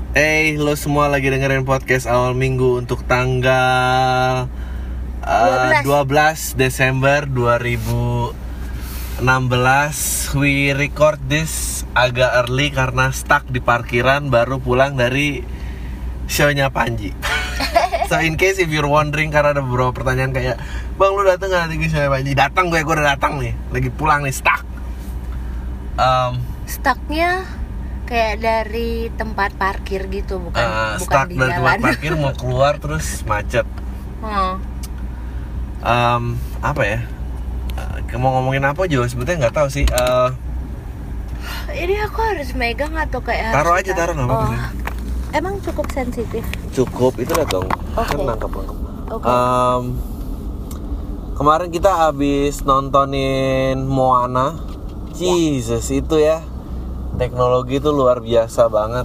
Lo semua lagi dengerin podcast awal minggu untuk tanggal 12 Desember 2016. We record this agak early karena stuck di parkiran, baru pulang dari show-nya Panji. So in case if you're wondering, karena ada beberapa pertanyaan kayak, "Bang, lu dateng gak nanti ke show-nya Panji?" Datang gue udah datang nih. Lagi pulang nih, stuck. Stucknya kayak dari tempat parkir gitu, bukan stuck di dari jalan. tempat parkir mau keluar terus macet. Apa ya? Mau ngomongin apa juga sebetulnya nggak tahu sih. Ini aku harus megang atau kayak Taruh aja, taruh nggak apa-apa. Emang cukup sensitif? Cukup, itu lah dong. Okay. Kan nangkep. Okay. Kemarin kita habis nontonin Moana. Jesus, itu ya. Teknologi itu luar biasa banget.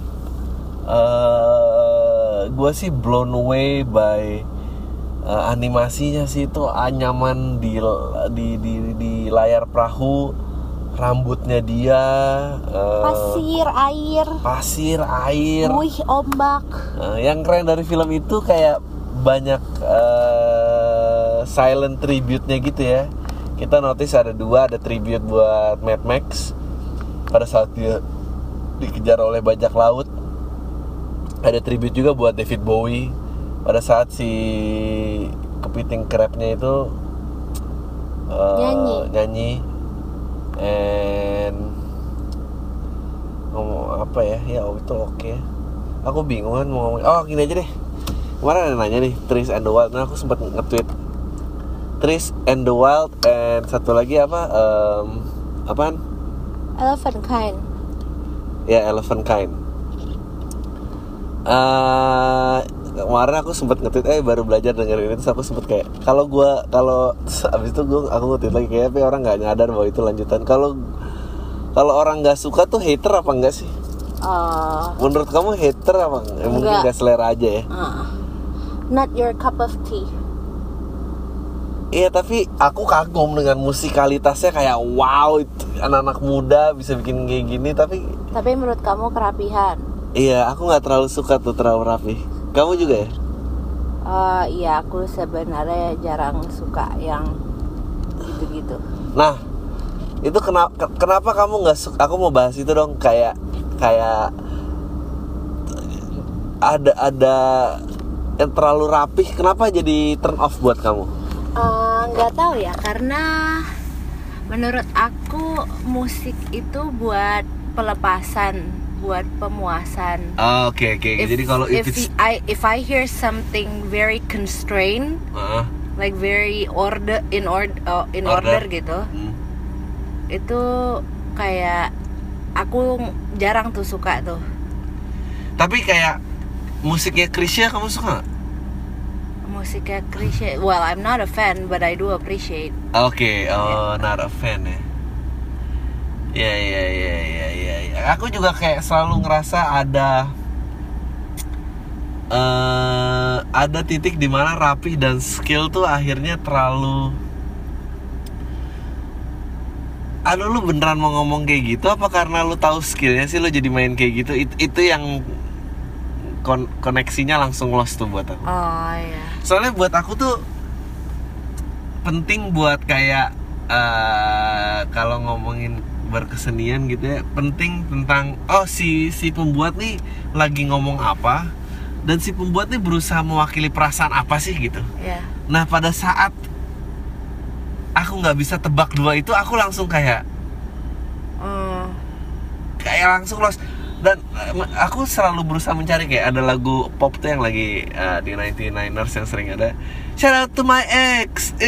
Gue sih blown away by animasinya sih, itu anyaman di layar perahu, rambutnya dia, pasir air, wih, ombak. Yang keren dari film itu kayak banyak silent tribute-nya gitu ya. Kita notice ada tribute buat Mad Max pada saat dia dikejar oleh bajak laut. Ada tribute juga buat David Bowie pada saat si kepiting crabnya itu nyanyi. And ngomong apa ya? Itu oke. Aku bingung kan mau ngomong. Oh, gini aja deh. Kemarin ada nanya nih, Trees and the Wild. Nah, aku sempat nge-tweet Trees and the Wild, and satu lagi apaan? Elephant Kind. Ya, Elephant Kind. Kemarin aku sempat nge-tweet, baru belajar dengerin itu, aku sempat kayak kalau abis itu aku nge-tweet lagi kayak orang nggak nyadar bahwa itu lanjutan. Kalau orang nggak suka tuh hater apa enggak sih? Menurut kamu hater apa? Mungkin nggak selera aja ya. Not your cup of tea. Iya, tapi aku kagum dengan musikalitasnya, kayak wow, itu anak-anak muda bisa bikin kayak gini. Tapi menurut kamu kerapihan? Iya, aku nggak terlalu suka tuh terlalu rapi. Kamu juga ya? Iya, aku sebenarnya jarang suka yang gitu-gitu. Nah, itu kenapa kamu nggak suka? Aku mau bahas itu dong, kayak ada yang terlalu rapih. Kenapa jadi turn off buat kamu? Nggak tahu ya, karena menurut aku musik itu buat pelepasan, buat pemuasan. Oke. Jadi kalau if I hear something very constrained, like very in order gitu, itu kayak aku jarang tuh suka tuh. Tapi kayak musiknya Krisya kamu suka nggak? Musiknya Krisya, well, I'm not a fan, but I do appreciate. Oke, not a fan ya. Ya. Aku juga kayak selalu ngerasa ada titik di mana rapi dan skill tuh akhirnya terlalu. Aduh, lu beneran mau ngomong kayak gitu apa karena lu tahu skillnya sih lu jadi main kayak gitu? Itu yang koneksinya langsung lost tuh buat aku. Oh iya. Soalnya buat aku tuh penting buat kayak kalau ngomongin berkesenian gitu ya, penting tentang si pembuat nih lagi ngomong apa, dan si pembuat nih berusaha mewakili perasaan apa sih gitu. Yeah. Nah, pada saat aku nggak bisa tebak dua itu, aku langsung kayak langsung lost. Dan aku selalu berusaha mencari, kayak ada lagu pop tuh yang lagi di 99ers yang sering ada shout out to my ex.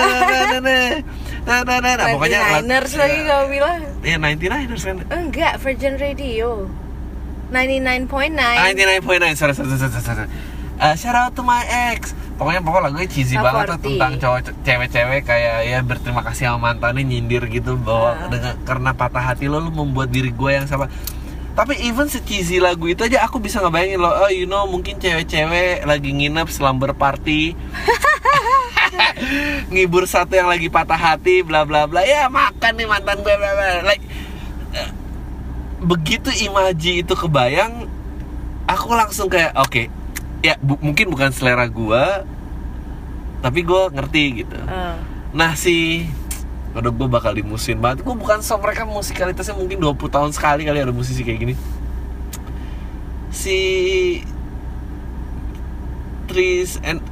Pokoknya 99ers lagi kamu bilang. Iya, 99ers kan. Enggak, Virgin Radio 99.9. Sorry. Shout out to my ex. Pokoknya lagunya cheesy banget tuh, tentang cewek-cewek kayak ya berterima kasih sama mantannya, nyindir gitu bahwa karena patah hati lo membuat diri gue yang salah. Tapi even se-cheesy lagu itu aja aku bisa ngebayangin loh, mungkin cewek-cewek lagi nginep slumber party, ngibur satu yang lagi patah hati, bla bla bla, ya makan nih mantan gue, bla bla. Like begitu imaji itu kebayang, aku langsung kayak oke, ya mungkin bukan selera gua, tapi gua ngerti gitu. Nah aduh gue bakal dimusuhin banget. Gue bukan sok, mereka musikalitasnya mungkin 20 tahun sekali kali ada musisi kayak gini. Si Tris and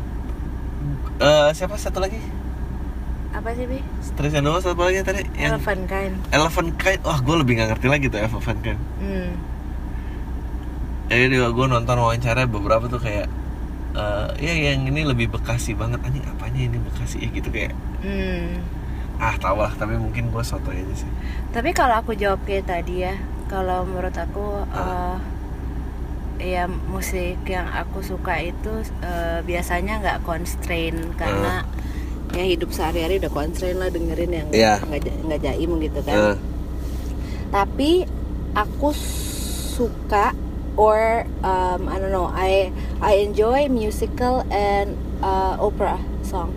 siapa satu lagi? Apa sih, Bi? Tris and Noah, satu lagi tadi yang Elephant Kind. Wah, gue lebih gak ngerti lagi tuh Elephant Kind. Jadi gue nonton wawancara beberapa tuh kayak ya yang ini lebih Bekasi banget. Anjing apanya ini Bekasi ya gitu kayak. Tau lah, tapi mungkin gue soto aja sih. Tapi kalau aku jawab kayak tadi ya, kalau menurut aku ya musik yang aku suka itu biasanya nggak constrain karena ya hidup sehari-hari udah constrain lah dengerin yang nggak jaim gitu kan. Tapi aku suka I don't know, I enjoy musical and opera song.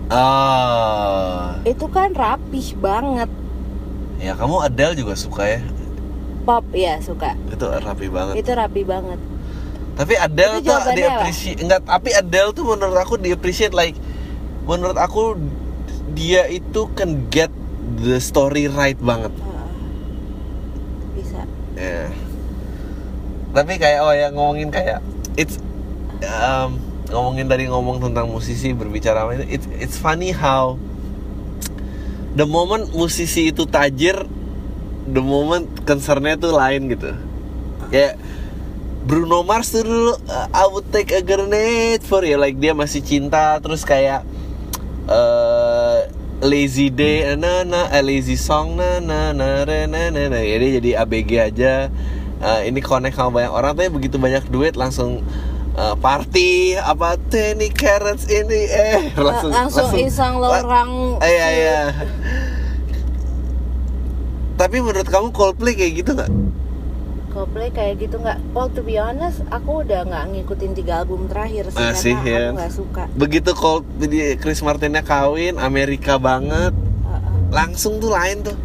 Itu kan rapih banget. Ya kamu Adele juga suka ya? Pop ya suka. Itu rapi banget. Itu rapi banget. Tapi Adele tuh di-appreciate. Enggak, tapi Adele tuh menurut aku di-appreciate like, menurut aku dia itu can get the story right banget. Bisa. Ya. Tapi kayak ngomongin kayak ngomong tentang musisi berbicara sama itu, it's funny how the moment musisi itu tajir, the moment concernnya tuh lain gitu. Kayak Bruno Mars tuh dulu I would take a grenade for you, like dia masih cinta, terus kayak Lazy Day Lazy Song ya dia jadi ABG aja. Ini connect sama banyak orang, tapi begitu banyak duit langsung party apa 20 carats ini langsung iseng lorang. Iya. Tapi menurut kamu Coldplay kayak gitu nggak? Coldplay kayak gitu nggak? Well, to be honest, aku udah nggak ngikutin 3 album terakhir sih karena aku nggak suka. Begitu Chris Martinnya kawin, Amerika banget, langsung tuh lain tuh.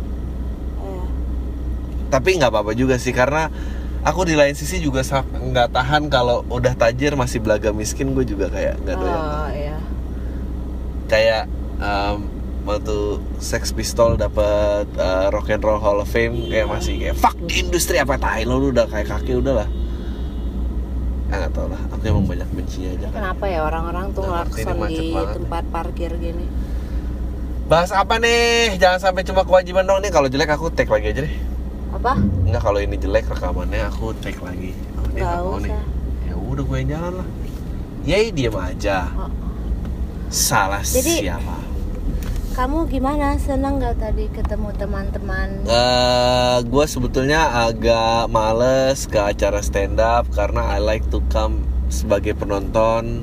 Tapi nggak apa-apa juga sih, karena aku di lain sisi juga nggak tahan kalau udah tajir masih belaga miskin. Gue juga kayak nggak doyan. Iya. Kayak waktu Sex Pistol dapat Rock and Roll Hall of Fame, kayak masih kayak fuck di industri apa tai lo, udah kayak kaki udahlah. Nggak tau lah, aku emang banyak bencinya aja. Kenapa ya orang-orang tuh ngelakson di tempat parkir gini? Bahas apa nih? Jangan sampai cuma kewajiban dong nih. Kalau jelek aku take lagi aja deh. Apa? Enggak, kalau ini jelek rekamannya aku take lagi. Ini nggak mau nih. Ya udah gue yang jalan lah. Yai diam aja. Salah. Jadi, siapa? Kamu gimana? Senang nggak tadi ketemu teman-teman? Gue sebetulnya agak males ke acara stand up karena I like to come sebagai penonton.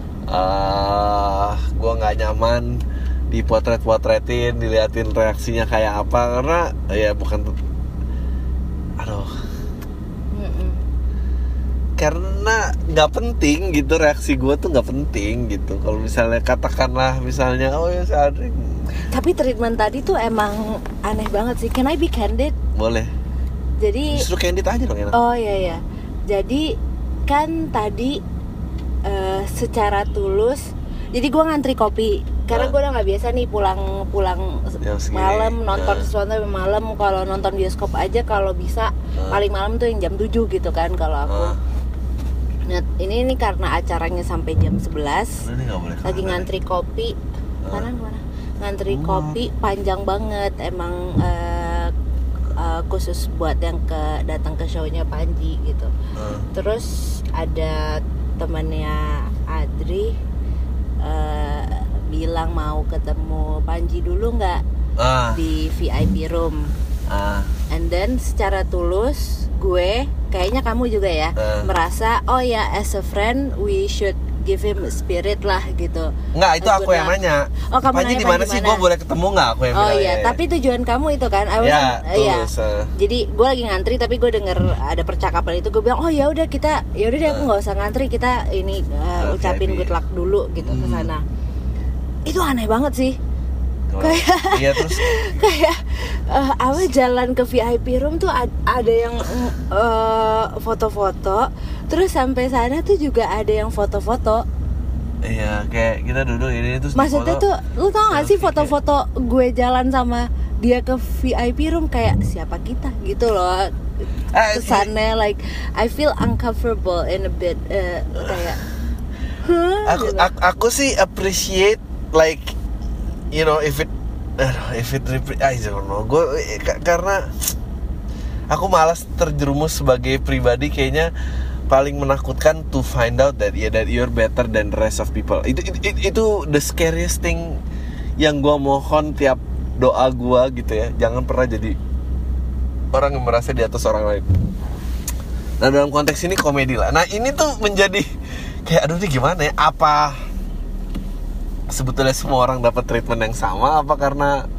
Gue nggak nyaman dipotret-potretin, diliatin reaksinya kayak apa, karena ya bukan. Karena nggak penting gitu, reaksi gue tuh nggak penting gitu. Kalau misalnya katakanlah misalnya ya Sadri. Tapi treatment tadi tuh emang aneh banget sih. Can I be candid? Boleh. Jadi justru candid aja dong enak. Oh iya. Jadi kan tadi secara tulus. Jadi gue ngantri kopi karena gue udah nggak biasa nih pulang malam nonton sesuatu malam. Kalau nonton bioskop aja kalau bisa paling malam tuh yang jam 7 gitu kan kalau aku. Nah, ini karena acaranya sampai jam 11. Lagi ngantri kopi. Mana? Ngantri kopi panjang banget emang khusus buat yang datang ke show-nya Panji gitu. Terus ada temannya Adri bilang mau ketemu Panji dulu nggak di VIP room. And then secara tulus gue, kayaknya kamu juga ya, merasa oh ya as a friend we should give him spirit lah gitu. Enggak, itu aku yang nanya. Oh, kamu Panji nanya di mana sih, gue boleh ketemu nggak? Aku yang bilang. Oh iya, tapi tujuan kamu itu kan, tulus. Jadi gue lagi ngantri tapi gue denger ada percakapan itu, gue bilang oh ya udah deh aku nggak usah ngantri, kita ini ucapin good luck dulu gitu ke sana. Itu aneh banget sih. Iya terus kayak apa jalan ke VIP room tuh ada yang foto-foto, terus sampai sana tuh juga ada yang foto-foto. Iya, kayak kita duduk ini terus maksudnya tuh lu tau gak sih foto-foto gue jalan sama dia ke VIP room, kayak siapa kita gitu loh kesannya. Like I feel uncomfortable in a bit, kayak aku sih appreciate like you know if it I don't know. Karena aku malas terjerumus sebagai pribadi, kayaknya paling menakutkan to find out that you're better than the rest of people. Itu the scariest thing yang gue mohon tiap doa gue gitu ya. Jangan pernah jadi orang yang merasa di atas orang lain. Nah dalam konteks ini komedi lah. Nah ini tuh menjadi kayak aduh ini gimana ya? Apa sebetulnya semua orang dapat treatment yang sama? Apa karena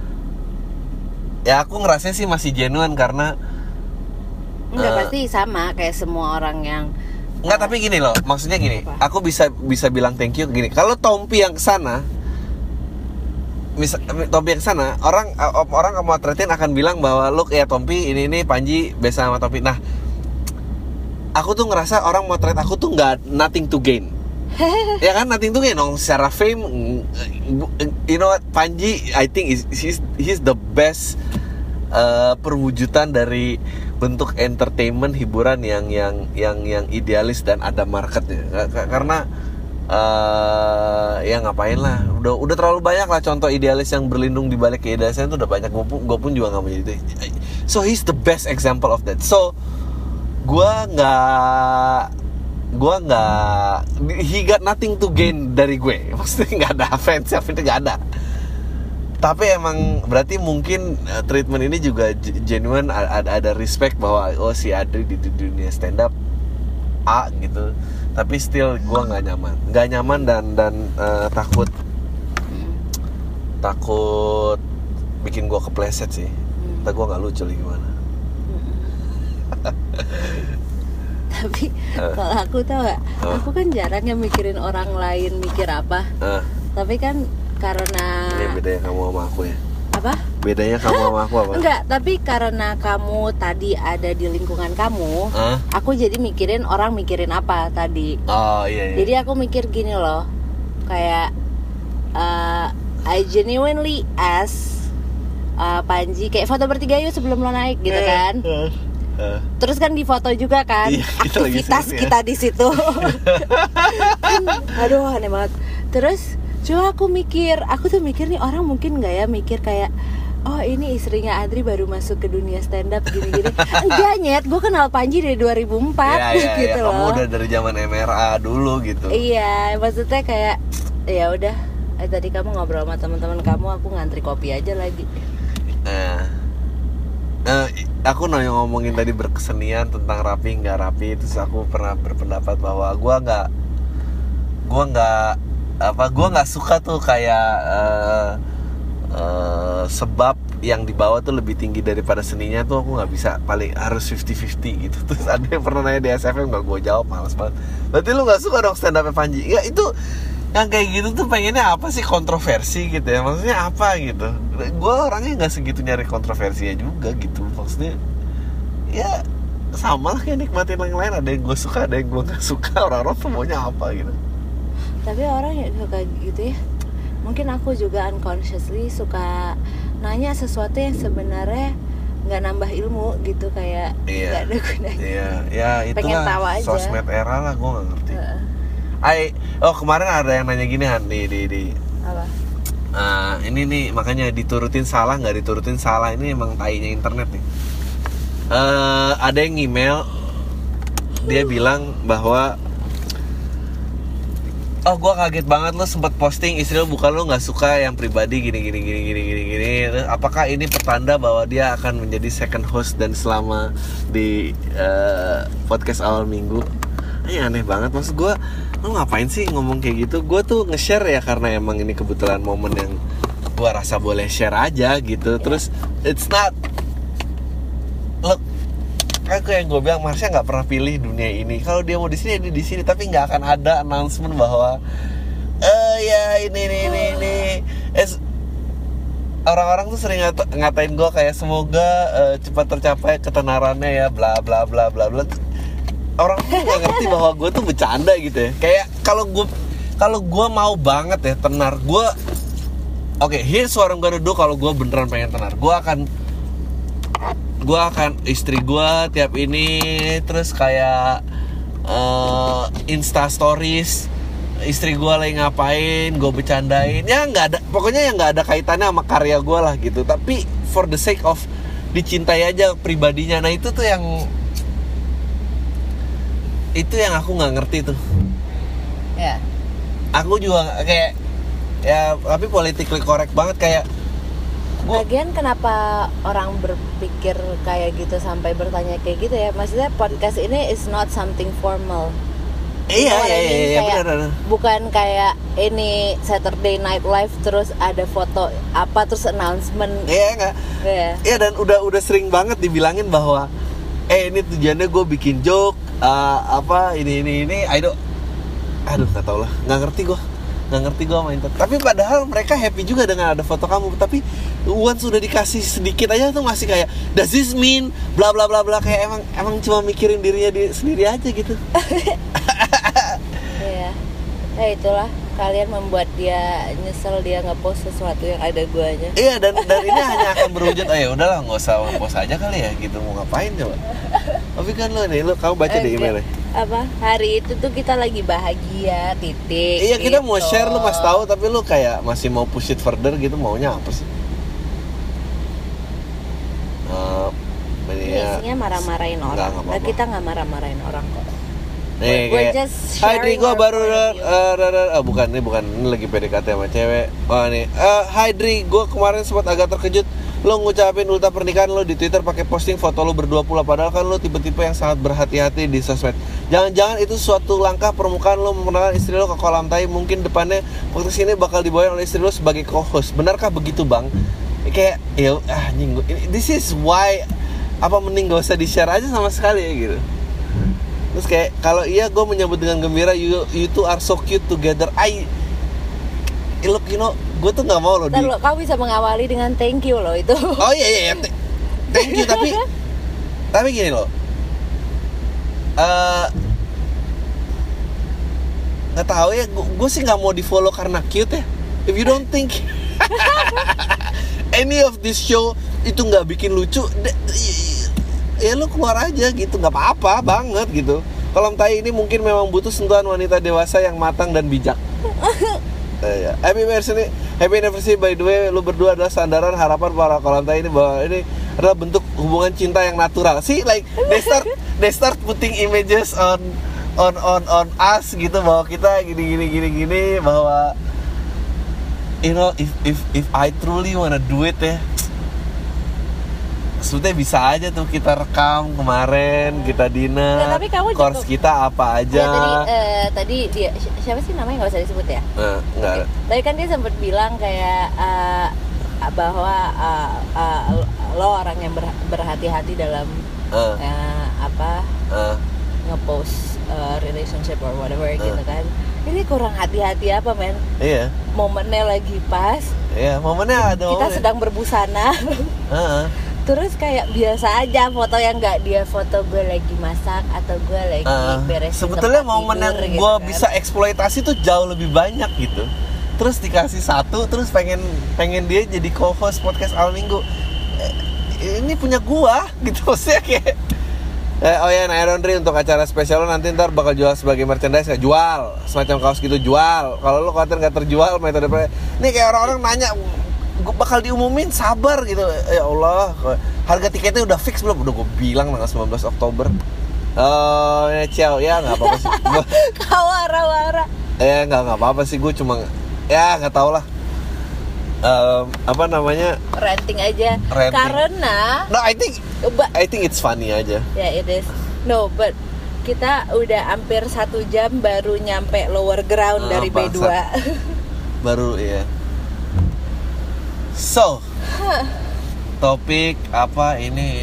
ya aku ngerasa sih masih genuine karena enggak pasti sama kayak semua orang yang enggak, tapi gini loh, maksudnya gini, apa? Aku bisa bilang thank you gini. Kalau Tompi yang kesana, Tompi yang kesana, orang kamu atretin akan bilang bahwa look ya Tompi ini Panji biasa sama Tompi. Nah, aku tuh ngerasa orang motret aku tuh nggak nothing to gain. Ya kan, nothing to gain dong secara fame. You know what, Panji I think he's the best perwujudan dari bentuk entertainment hiburan yang idealis dan ada marketnya. Karena ya ngapain lah, udah terlalu banyak lah contoh idealis yang berlindung di balik keidealisan itu udah banyak. Gue pun juga nggak mau jadi itu. So he's the best example of that. So gue nggak he got nothing to gain dari gue. Maksudnya nggak ada fans, itu nggak ada. Tapi emang berarti mungkin treatment ini juga genuine, ada respect bahwa oh si Adri di dunia stand up A gitu. Tapi still gue nggak nyaman dan takut bikin gue kepleset sih. Entah gue nggak lucu lagi gimana. Tapi kalau aku tau gak, aku kan jarang yang mikirin orang lain mikir apa. Tapi kan karena ini bedanya kamu sama aku ya. Apa? Bedanya kamu sama aku apa? Enggak, tapi karena kamu tadi ada di lingkungan kamu, aku jadi mikirin orang mikirin apa tadi. Oh iya. Jadi aku mikir gini loh, kayak I genuinely ask Panji kayak foto bertiga yuk sebelum lo naik gitu kan. Terus kan di foto juga kan, iya, aktivitas kita di situ. Aduh aneh banget. Terus coba aku tuh mikir nih orang mungkin nggak ya mikir kayak oh ini istrinya Adri baru masuk ke dunia stand up gini-gini. Enggak nyet, gue kenal Panji dari 2004 gitu loh. Kamu udah dari zaman MRA dulu gitu. Iya, maksudnya kayak ya udah. Tadi kamu ngobrol sama teman-teman kamu, aku ngantri kopi aja lagi. Aku ngomongin tadi berkesenian tentang rapi nggak rapi, terus aku pernah berpendapat bahwa gue nggak suka tuh kayak sebab yang dibawa tuh lebih tinggi daripada seninya tuh aku nggak bisa, paling harus 50-50 gitu. Terus ada yang pernah nanya di SFM, nggak gue jawab, malas banget. Berarti lu nggak suka dong stand up-nya Panji? Ya itu yang kayak gitu tuh pengennya apa sih, kontroversi gitu ya, maksudnya apa gitu. Gue orangnya nggak segitu nyari kontroversinya juga gitu, maksudnya ya sama lah kayak nikmatin yang lain, ada yang gue suka ada yang gue nggak suka, orang-orang tuh maunya apa gitu. Tapi orang yang suka gitu ya, mungkin aku juga unconsciously suka nanya sesuatu yang sebenarnya nggak nambah ilmu gitu, kayak nggak ada gunanya. Iya, itulah sosmed era lah, gue nggak ngerti. Kemarin ada yang nanya gini Han, di apa? Ini nih makanya diturutin salah nggak diturutin salah, ini emang tainya internet nih. Ada yang email, dia bilang bahwa gue kaget banget lo sempat posting istri lo bukan lo nggak suka yang pribadi gini. Apakah ini pertanda bahwa dia akan menjadi second host dan selama di podcast awal minggu? Ini aneh banget, maksud gue lo ngapain sih ngomong kayak gitu? Gue tuh nge-share ya karena emang ini kebetulan momen yang gue rasa boleh share aja gitu. Terus it's not, look, aku yang gue bilang Marsha nggak pernah pilih dunia ini. Kalau dia mau di sini dia di sini, tapi nggak akan ada announcement bahwa ya ini. orang-orang tuh sering ngatain gue kayak semoga cepat tercapai ketenarannya ya, bla bla bla bla bla. Orang tuh nggak ngerti bahwa gue tuh bercanda gitu ya. Kayak kalau gue mau banget ya tenar, gue here's what I'm gonna do. Kalau gue beneran pengen tenar, gue akan istri gue tiap ini terus kayak Insta stories istri gue lagi ngapain, gue bercandain. Ya nggak ada, pokoknya yang nggak ada kaitannya sama karya gue lah gitu. Tapi for the sake of dicintai aja pribadinya. Nah itu yang aku nggak ngerti tuh. Ya. Aku juga kayak ya, tapi politically correct banget kayak. Lagian kenapa orang berpikir kayak gitu sampai bertanya kayak gitu ya? Maksudnya podcast ini is not something formal. Iya benar. Bukan kayak ini Saturday Night Live terus ada foto apa terus announcement. Iya enggak. Iya dan udah sering banget dibilangin bahwa ini tujuannya gue bikin joke ini aduh nggak tau lah, nggak ngerti gue main. Tapi padahal mereka happy juga dengan ada foto kamu. Tapi once sudah dikasih sedikit aja tuh masih kayak does this mean bla bla bla bla, kayak emang cuma mikirin dirinya sendiri aja gitu. Iya. Ya itulah, kalian membuat dia nyesel dia nge-post sesuatu yang ada guanya. Iya dan ini hanya akan berwujud udahlah nggak usah post aja kali ya gitu, mau ngapain coba. Tapi kan kamu baca di emailnya apa hari itu tuh kita lagi bahagia titik. Iya kita gitu. mau share, lu masih tahu tapi lu kayak masih mau push it further gitu, maunya apa sih? Isinya marah-marahin orang. Nah, kita nggak marah-marahin orang kok. Gue just Dri, gue baru bukan ini lagi PDKT sama cewek. Hai Dri, gue kemarin sempat agak terkejut lo ngucapin ulta pernikahan lo di Twitter pakai posting foto lo berdua pula, padahal kan lo tipe-tipe yang sangat berhati-hati di sosmed. Jangan-jangan itu suatu langkah permukaan lo memperkenalkan istri lo ke kolam tai. Mungkin depannya podcast ini bakal dibawain oleh istri lo sebagai co-host. Benarkah begitu bang? Kayak anjing, this is why mending gak usah di-share aja sama sekali ya gitu. Terus kayak kalau iya gue menyambut dengan gembira, you two are so cute together. Look, gue tuh nggak mau loh. Kau bisa mengawali dengan thank you loh itu. Oh iya, thank you tapi gini loh. Nggak tahu ya, gue sih nggak mau di follow karena cute ya. If you don't think any of this show itu nggak bikin lucu, ya lo keluar aja gitu, nggak apa-apa banget gitu. Kolam tai ini mungkin memang butuh sentuhan wanita dewasa yang matang dan bijak. Happy anniversary by the way. Lu berdua adalah sandaran harapan para kolam tai ini, bahwa ini adalah bentuk hubungan cinta yang natural. See, like they start putting images on us gitu, bahwa kita gini bahwa if I truly wanna do it ya, sebetulnya bisa aja tuh kita rekam kemarin, kita dinner, course kita apa aja. Ya, tadi dia siapa sih namanya, nggak usah disebut ya. Enggak. Tadi kan dia sempat bilang kayak bahwa lo orang yang berhati-hati dalam ngepost relationship or whatever gitu kan. Ini kurang hati-hati apa men? Iya. Momennya lagi pas. Iya, momennya ada. Kita sedang berbusana. Terus kayak biasa aja foto yang nggak dia foto gue lagi masak atau gue lagi beresin. Sebetulnya momen yang gue gitu kan. bisa eksploitasi tuh jauh lebih banyak gitu. Terus dikasih satu, terus pengen dia jadi co-host podcast Awal Minggu. Ini punya gua gitu maksudnya kayak. Nah Iron Dri, untuk acara spesial lo nanti ntar bakal jual sebagai merchandise ya? Jual, semacam kaos gitu jual. Kalau lo khawatir nggak terjual metode ini kayak orang-orang nanya gue bakal diumumin, sabar gitu. Ya Allah, harga tiketnya udah fix belum? Udah gue bilang tanggal 19 Oktober. Ya ciao, ya nggak apa-apa sih. Kau wara-wara. Ya nggak apa-apa sih, gue cuma ya nggak tau lah. Ranting aja. Karena no, I think it's funny aja. Yeah, it is. No, but kita udah hampir 1 jam baru nyampe lower ground dari B2. Baru ya. So, topik apa ini?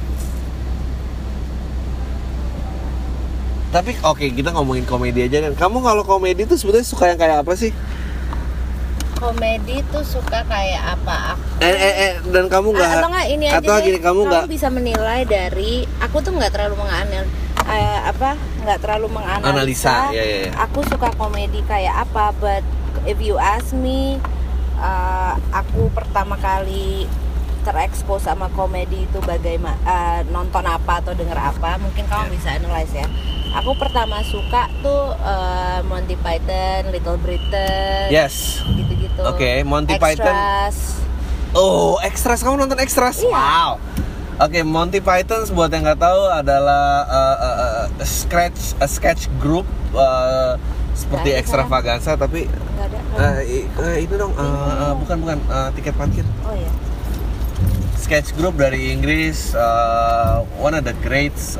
Tapi oke, kita ngomongin komedi aja kan. Kamu kalau komedi tuh sebetulnya suka yang kayak apa sih? komedi tuh suka kayak apa? Dan kamu nggak? Atau nggak ini aja atau deh, gini, kamu bisa menilai dari aku tuh nggak terlalu nggak terlalu menganalisa. Ya. Aku suka komedi kayak apa, but if you ask me, aku pertama kali terekspos sama komedi itu bagaimana, nonton apa atau denger apa, mungkin kamu bisa analyze ya. Aku pertama suka tuh Monty Python, Little Britain, yes, gitu-gitu. Oke, Monty Python. Oh, Extras, kamu nonton Extras? Iya. Wow. Oke, Monty Python buat yang nggak tahu adalah sketch group seperti Extravaganza, tapi itu dong, bukan tiket parkir. Oh ya. Sketch group dari Inggris, one of the greats.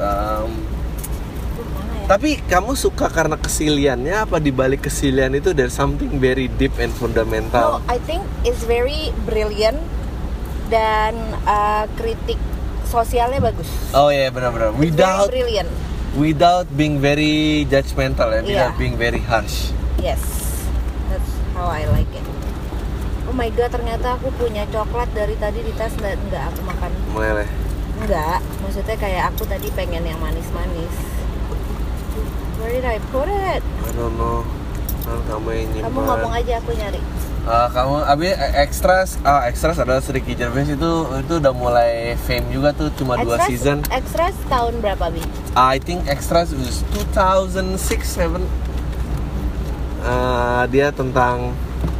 Tapi kamu suka karena kesiliannya apa dibalik kesilian itu there's something very deep and fundamental? No, I think it's very brilliant dan kritik sosialnya bagus. Oh iya, benar-benar. Without being very judgmental and without being very harsh. Yes, that's how I like it. Oh my god, ternyata aku punya coklat dari tadi di tas, nggak aku makan. Meleleh. Enggak, maksudnya kayak aku tadi pengen yang manis-manis. Where did I put it? I don't know. Kamu yang nyimpan. Kamu ngomong aja, aku nyari. Kamu abis Extras adalah Ricky Gervais itu udah mulai fame juga tuh, cuma 2 season. Extras tahun berapa, Bi? I think Extras was 2006-7. Dia tentang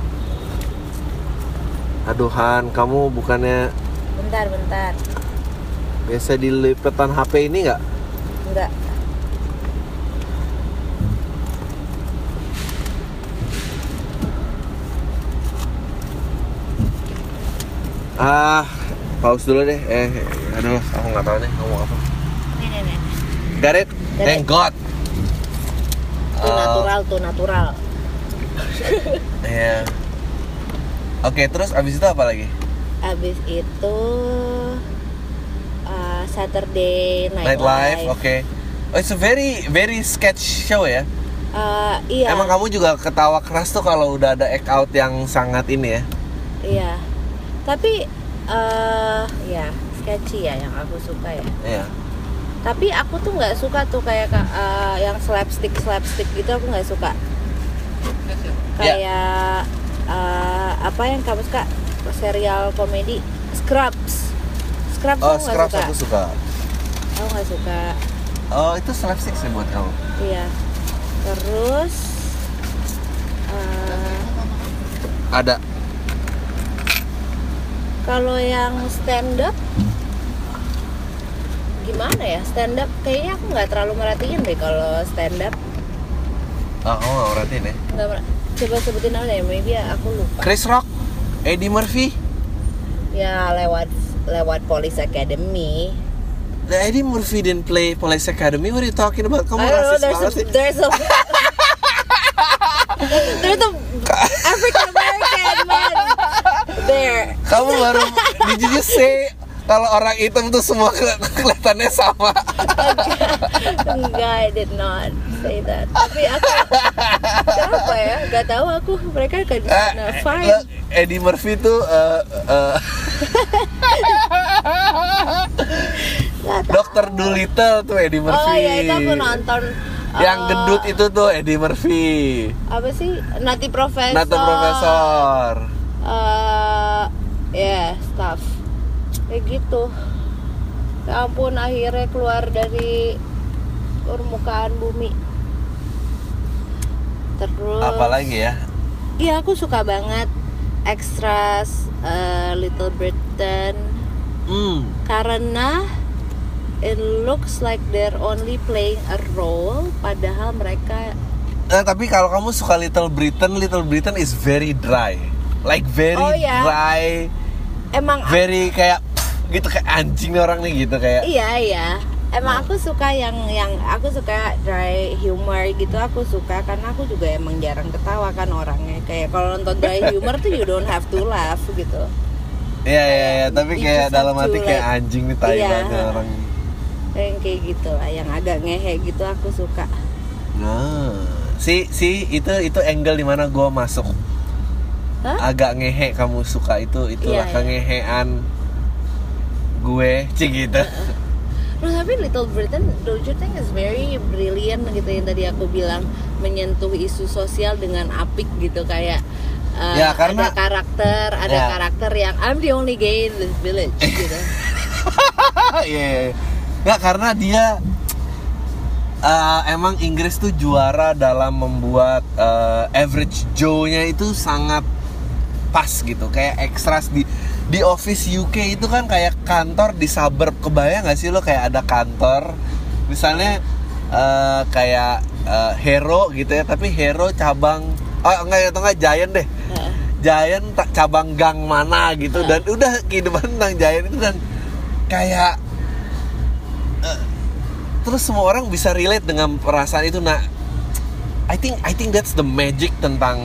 aduhan, kamu bukannya Bentar. biasa dilipetan HP ini nggak? Enggak. Pause dulu deh. Aduh, aku nggak tahu nih ngomong apa. Nih. Got it? Thank God. Tuh natural. Iya. Oke, terus abis itu apa lagi? Abis itu Saturday Night Live. Oke. Oh, it's a very very sketch show ya. Iya. Emang kamu juga ketawa keras tuh kalau udah ada act out yang sangat ini ya? Iya. Tapi ya sketchy ya yang aku suka ya. Iya. Tapi aku tuh nggak suka tuh kayak yang slapstick gitu, aku nggak suka. Kayak apa yang kamu suka? Serial komedi Scrubs. Oh, Scrubs aku suka. Aku nggak suka. Oh, itu slapstick sih buat kamu. Iya. Terus ada. Kalau yang stand up gimana ya? Stand up kayaknya aku nggak terlalu merhatiin deh kalau stand up. Kamu nggak merhatiin ya? Coba sebutin aja ya, maybe aku lupa. Chris Rock, Eddie Murphy. Ya lewat Police Academy. Eddie Murphy didn't play Police Academy. What are you talking about? Kamu rasis banget sih. There's a African American man there. Kamu baru did you say kalau orang hitam tuh semua kelihatannya sama? Enggak, I did not say that. Tapi aku kenapa ya? Gak tahu aku, mereka kan fine. Eddie Murphy tuh Dr. Dolittle tuh Eddie Murphy. Oh ya, itu aku nonton. Yang gendut itu tuh Eddie Murphy. Apa sih? Nutty Professor. Stuff kayak gitu. Ya ampun, akhirnya keluar dari permukaan bumi. Terus apa lagi ya? Iya, aku suka banget Extras, Little Britain. Karena it looks like they're only playing a role, padahal mereka. Tapi kalau kamu suka Little Britain is very dry, like very dry. Emang very kayak gitu, kayak anjing orang nih gitu kayak. Iya. Emang aku suka yang aku suka dry humor gitu, aku suka karena aku juga emang jarang ketawa kan orangnya. Kayak kalau nonton dry humor tuh you don't have to laugh gitu. Iya, tapi kayak dalam hati kayak anjing nih tai banget orang. Yang kayak gitulah, yang agak ngehe gitu aku suka. Nah, itu angle dimana gue masuk. agak ngehe kamu suka itulah kengehean gue gitu. Nah, tapi Little Britain, don't you think is very brilliant gitu yang tadi aku bilang, menyentuh isu sosial dengan apik gitu, kayak karena ada karakter yang I'm the only gay in this village gitu. Nggak, karena dia emang Inggris tuh juara dalam membuat average Joe-nya itu sangat pas gitu, kayak ekstras di office UK itu kan kayak kantor di suburb. Kebayang nggak sih lo kayak ada kantor misalnya kayak Hero gitu ya, tapi Hero cabang enggak Giant deh. Giant cabang gang mana gitu, dan udah kehidupan tentang Giant itu, dan kayak terus semua orang bisa relate dengan perasaan itu. Nah, I think that's the magic tentang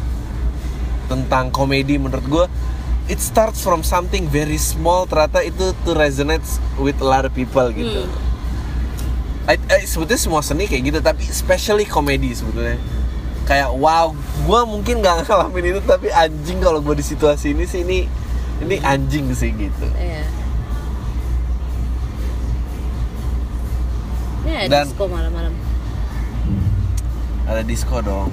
komedi menurut gue. It starts from something very small, ternyata itu to resonates with a lot of people gitu. Sebetulnya semua seni kayak gitu, tapi especially komedi sebetulnya. Kayak wow, gue mungkin nggak ngalamin itu, tapi anjing kalau gue di situasi ini sih, ini anjing sih gitu. Dan disco malam-malam. Ada disco dong.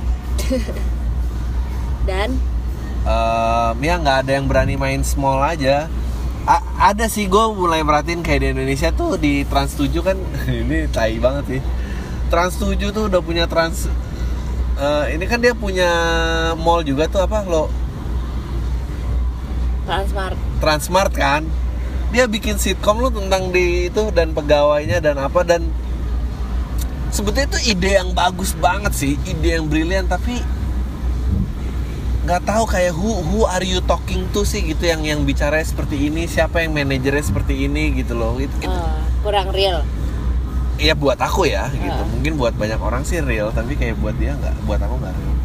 Dan ya nggak ada yang berani main small aja. Ada sih, gue mulai merhatiin kayak di Indonesia tuh di Trans 7 kan. Ini tai banget sih. Trans 7 tuh udah punya ini kan dia punya mall juga tuh, apa lo? Transmart kan. Dia bikin sitkom lo tentang di itu dan pegawainya dan apa, dan sebetulnya itu ide yang bagus banget sih, ide yang brilian, tapi nggak tahu kayak who are you talking to sih gitu, yang bicaranya seperti ini, siapa yang manajernya seperti ini gitu loh. Itu kurang real. Iya buat aku ya gitu. Mungkin buat banyak orang sih real, tapi kayak buat dia nggak, buat aku nggak real.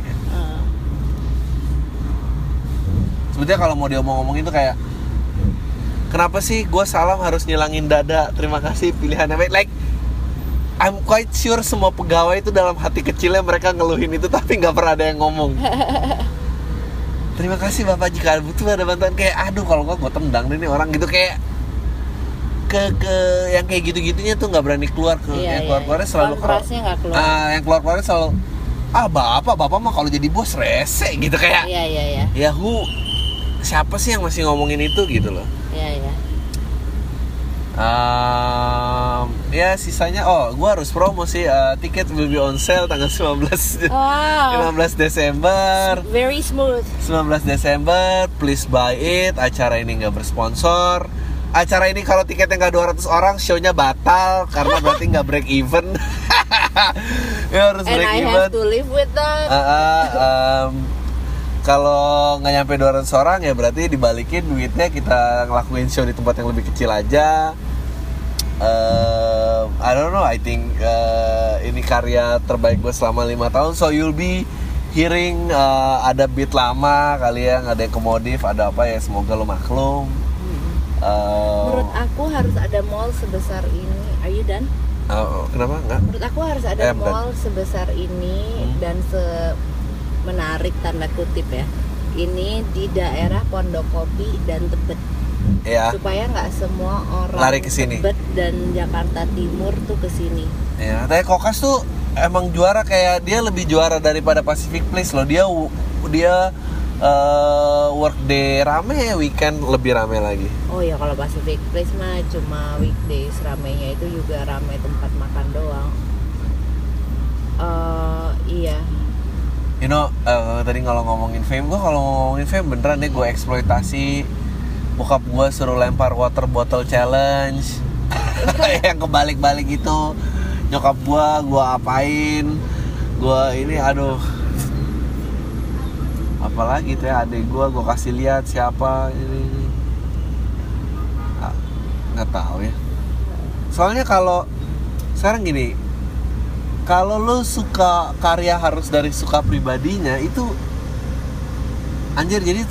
Sebetulnya kalau mau diomong-omongin tuh kayak, kenapa sih gue salam harus nyilangin dada? Terima kasih pilihannya. Like I'm quite sure semua pegawai itu dalam hati kecilnya mereka ngeluhin itu, tapi nggak pernah ada yang ngomong. Terima kasih Bapak, jika butuh ada bantuan, kayak aduh kalau gue tendang nih orang gitu, kayak ke yang kayak gitu-gitunya tuh nggak berani keluar ke yang keluar-keluarnya selalu yang keluar-keluarnya selalu bapak mah kalau jadi bos rese gitu, kayak ya siapa sih yang masih ngomongin itu gitu loh. Ya sisanya gue harus promo sih, tiket will be on sale tanggal 15 Desember. Very smooth. 19 Desember, please buy it. Acara ini nggak bersponsor. Acara ini kalau tiketnya nggak 200 orang, show-nya batal karena berarti nggak break even. Ya harus break even. And I have to live with that. Kalau nggak nyampe 200 orang ya berarti dibalikin duitnya, kita ngelakuin show di tempat yang lebih kecil aja. I don't know, I think ini karya terbaik gue selama 5 tahun. So you'll be hearing ada beat lama kali ya, ada yang kemodif, ada apa ya, semoga lo maklum. Menurut aku harus ada mall sebesar ini. Are you done? Kenapa? Enggak? Menurut aku harus ada mall sebesar ini dan menarik tanda kutip ya, ini di daerah Pondokopi dan Tebet, supaya nggak semua orang lari ke sini. Tebet dan Jakarta Timur tuh ke sini. Ya, tapi Kokas tuh emang juara, kayak dia lebih juara daripada Pacific Place loh. Dia workday rame, weekend lebih rame lagi. Oh ya, kalau Pacific Place mah cuma weekdays ramenya, itu juga rame tempat makan doang. Iya. You know, tadi kalau ngomongin fame, gue kalau ngomongin fame beneran deh, gue eksploitasi. Bokap gue suruh lempar water bottle challenge yang kebalik-balik gitu. Nyokap gue apain, gue ini aduh, apalagi tuh ya, adek gue kasih lihat siapa ini, nggak tahu ya. Soalnya kalau sekarang gini, kalau lo suka karya harus dari suka pribadinya, itu anjir, jadi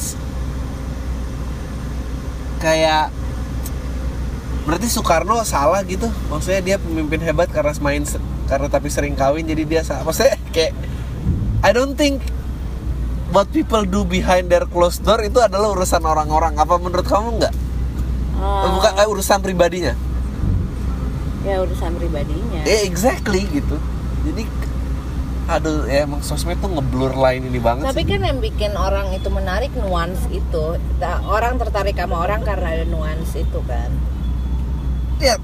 kayak berarti Soekarno salah gitu. Maksudnya dia pemimpin hebat karena tapi sering kawin, jadi dia salah. Maksudnya kayak I don't think what people do behind their closed door itu adalah urusan orang-orang. Apa menurut kamu enggak? Bukan urusan pribadinya. Ya urusan pribadinya. Exactly gitu. Jadi aduh ya emang sosmed tuh ngeblur line ini banget. Tapi sih. Kan yang bikin orang itu menarik nuance itu. Orang tertarik sama orang karena ada nuance itu kan. Ya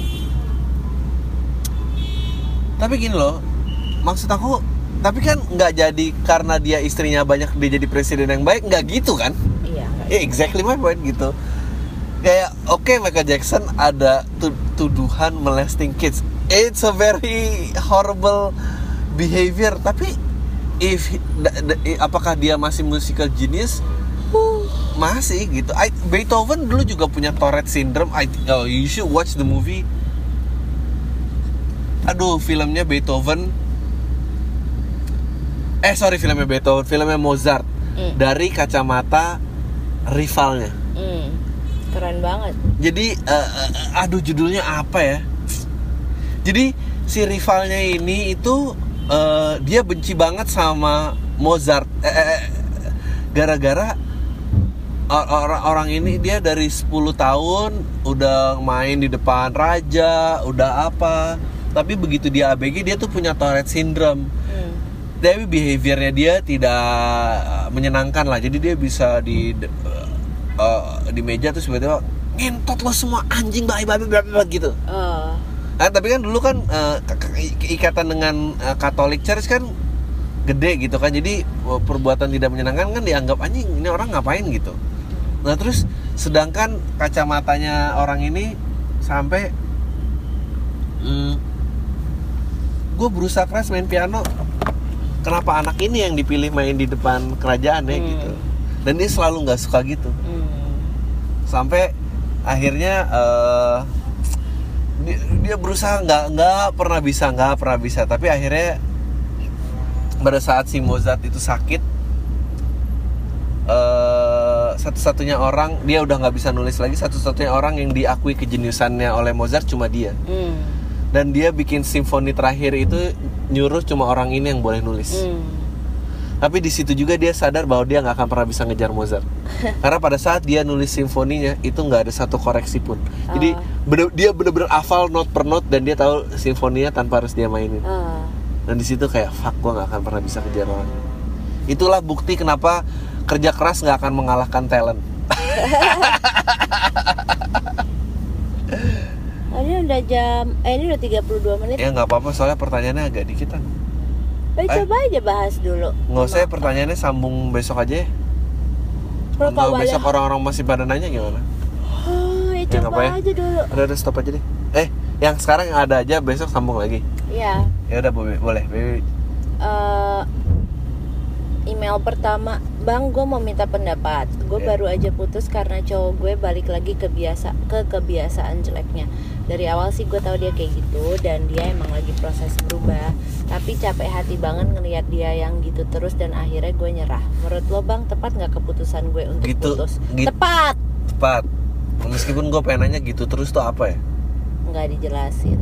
tapi gini loh, maksud aku, tapi kan nggak jadi karena dia istrinya banyak dia jadi presiden yang baik, nggak gitu kan? Iya. Exactly my point gitu. Kayak Michael Jackson ada tuduhan molesting kids. It's a very horrible behavior. Tapi apakah dia masih musical genius? Masih gitu. Beethoven dulu juga punya Tourette syndrome. You should watch the movie. Aduh, filmnya Beethoven. Filmnya Mozart. Dari kacamata rivalnya. Keren banget. Jadi, judulnya apa ya? Jadi si rivalnya ini itu dia benci banget sama Mozart. Gara-gara orang ini dia dari 10 tahun udah main di depan raja, udah apa. Tapi begitu dia ABG dia tuh punya Tourette syndrome. Tapi behaviornya dia tidak menyenangkan lah. Jadi dia bisa di meja tuh tiba-tiba ngentot lo semua anjing babi gitu. Tapi kan dulu kan ikatan dengan Catholic Church kan gede gitu kan. Jadi perbuatan tidak menyenangkan kan dianggap anjing ini orang ngapain gitu. Nah terus sedangkan kacamatanya orang ini sampai gue berusaha keras main piano. Kenapa anak ini yang dipilih main di depan kerajaan ya gitu. Dan dia selalu nggak suka gitu. Sampai akhirnya dia berusaha nggak pernah bisa. Tapi akhirnya pada saat si Mozart itu sakit, satu-satunya orang dia udah nggak bisa nulis lagi. Satu-satunya orang yang diakui kejeniusannya oleh Mozart cuma dia. Dan dia bikin simfoni terakhir itu nyuruh cuma orang ini yang boleh nulis. Tapi di situ juga dia sadar bahwa dia nggak akan pernah bisa ngejar Mozart. Karena pada saat dia nulis simfoninya itu nggak ada satu koreksi pun. Jadi dia bener-bener hafal note per note dan dia tahu simfoninya tanpa harus dia mainin. Dan di situ kayak fuck, gue nggak akan pernah bisa kejar orang. Itulah bukti kenapa kerja keras nggak akan mengalahkan talent. Ini udah 32 menit. Ya nggak apa-apa soalnya pertanyaannya agak dikitan. Coba aja bahas dulu. Nggak usah, pertanyaannya sambung besok aja ya. Kalau besok orang-orang masih pada nanya gimana? Coba ya? Aja dulu. Udah stop aja deh. Yang sekarang yang ada aja besok sambung lagi. Iya. Ya udah boleh. Email pertama, Bang, gue mau minta pendapat. Gue baru aja putus karena cowok gue balik lagi ke kebiasaan jeleknya. Dari awal sih gue tahu dia kayak gitu dan dia emang lagi proses berubah. Tapi capek hati banget ngelihat dia yang gitu terus dan akhirnya gue nyerah. Menurut lo Bang, tepat nggak keputusan gue untuk putus? Tepat. Meskipun gue pengen nanya gitu terus tuh apa ya? Nggak dijelasin.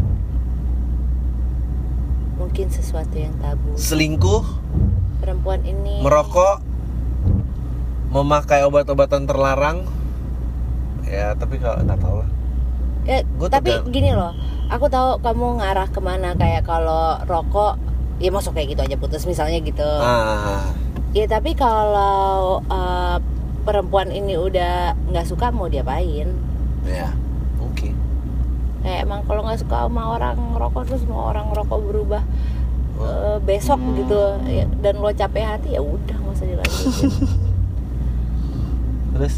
Mungkin sesuatu yang tabu. Selingkuh. Perempuan ini. Merokok. Memakai obat-obatan terlarang. Ya tapi kalau nggak tahu lah. Tapi gini loh, aku tahu kamu ngarah kemana, kayak kalau rokok, ya masuk kayak gitu aja putus misalnya gitu. Ya tapi kalau perempuan ini udah nggak suka mau diapain? Ya, oke. Kayak emang kalau nggak suka sama orang rokok terus mau orang rokok berubah besok gitu, ya, dan lo capek hati ya udah nggak usah dilanjutin. Terus?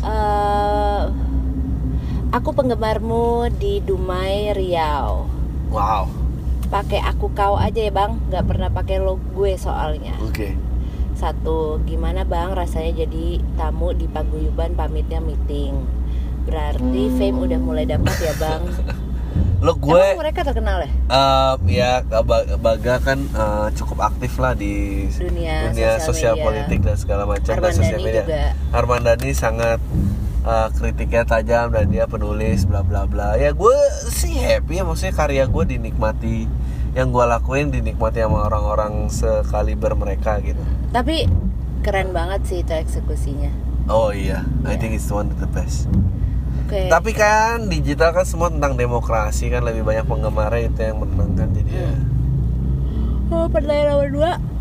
Aku penggemarmu di Dumai, Riau. Wow. Pakai aku kau aja ya Bang, nggak pernah pakai lo gue soalnya. Oke. 1, gimana Bang rasanya jadi tamu di paguyuban pamitnya meeting? Berarti fame udah mulai dapat ya Bang. Lo gue. Emang mereka terkenal ya? Ya Baga kan cukup aktif lah di dunia sosial politik dan segala macam dan sosial media. Juga. Armandani sangat kritiknya tajam dan dia penulis bla bla bla. Ya gue sih happy ya, maksudnya karya gue dinikmati, yang gue lakuin dinikmati sama orang-orang sekaliber mereka gitu. Tapi Keren banget sih itu eksekusinya. Oh iya, I think it's one of the best. Okay. Tapi kan digital kan semua tentang demokrasi kan, lebih banyak penggemarnya itu yang menang kan jadi ya. Pertanyaan nomor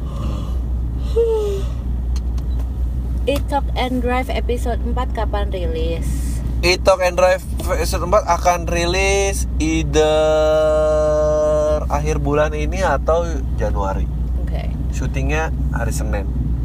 2. Eat Talk and Drive episode 4 kapan rilis? Eat Talk and Drive episode 4 akan rilis either akhir bulan ini atau Januari. Oke. Syutingnya hari Senin.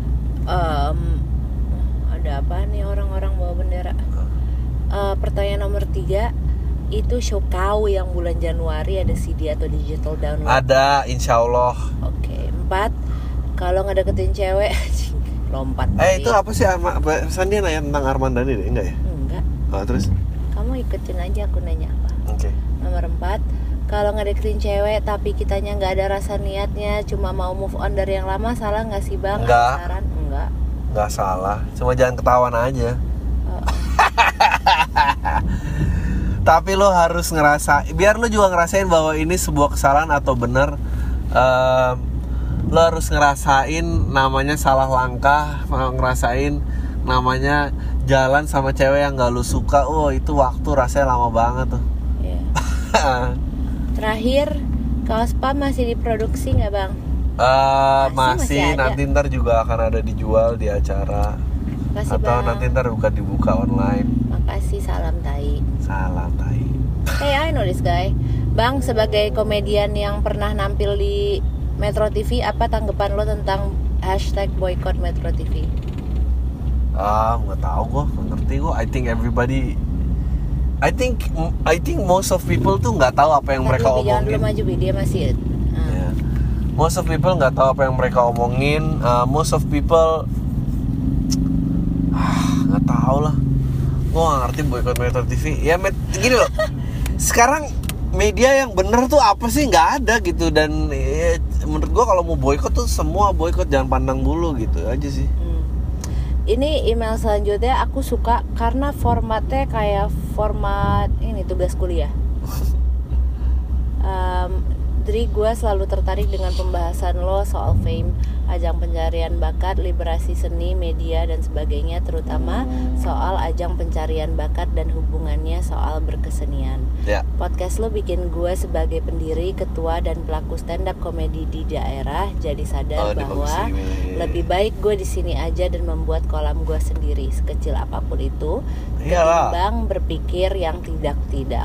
Ada apa nih orang-orang bawa bendera? Pertanyaan nomor 3, itu show kau yang bulan Januari ada CD atau digital download? Ada, insya Allah. Oke. 4, kalau ngedeketin cewek lompat. Itu apa sih Sandi nanya tentang Arman Dhani deh, enggak ya? Enggak. Terus? Kamu ikutin aja aku nanya apa. Oke. Nomor 4, kalau ngedeketin cewek tapi kitanya nggak ada rasa niatnya, cuma mau move on dari yang lama, salah nggak sih bang? Enggak. Saran? Enggak. Nggak salah, cuma jangan ketahuan aja. Tapi lo harus biar lo juga ngerasain bahwa ini sebuah kesalahan atau benar. Lo harus ngerasain namanya salah langkah, ngerasain namanya jalan sama cewek yang gak lo suka. Itu waktu rasanya lama banget tuh. Yeah. Terakhir, kaos PAM masih diproduksi nggak bang? Masih nanti ntar juga akan ada dijual di acara. Makasih, atau bang. nanti ntar dibuka online. Makasih, salam tai. Salam tai. Hey, I know this guy. Bang, sebagai komedian yang pernah nampil di Metro TV, apa tanggapan lo tentang #boycott Metro TV? Nggak tahu gue, nggak ngerti gue. I think most of people tuh nggak tahu apa yang mereka omongin. Jangan dulu maju, dia masih. Yeah. Most of people nggak tahu apa yang mereka omongin. Most of people nggak tahu lah. Gue nggak ngerti boykot Metro TV. Ya gini loh. Sekarang media yang bener tuh apa sih, nggak ada gitu. Dan menurut gue kalau mau boykot tuh semua boykot, jangan pandang bulu gitu aja sih. Ini email selanjutnya aku suka karena formatnya kayak format ini tugas kuliah. Dri, gue selalu tertarik dengan pembahasan lo soal fame, ajang pencarian bakat, liberasi seni, media dan sebagainya, terutama soal ajang pencarian bakat dan hubungannya soal berkesenian. Podcast lo bikin gue sebagai pendiri, ketua dan pelaku stand up komedi di daerah jadi sadar bahwa lebih baik gue di sini aja dan membuat kolam gue sendiri, sekecil apapun itu, ketimbang berpikir yang tidak.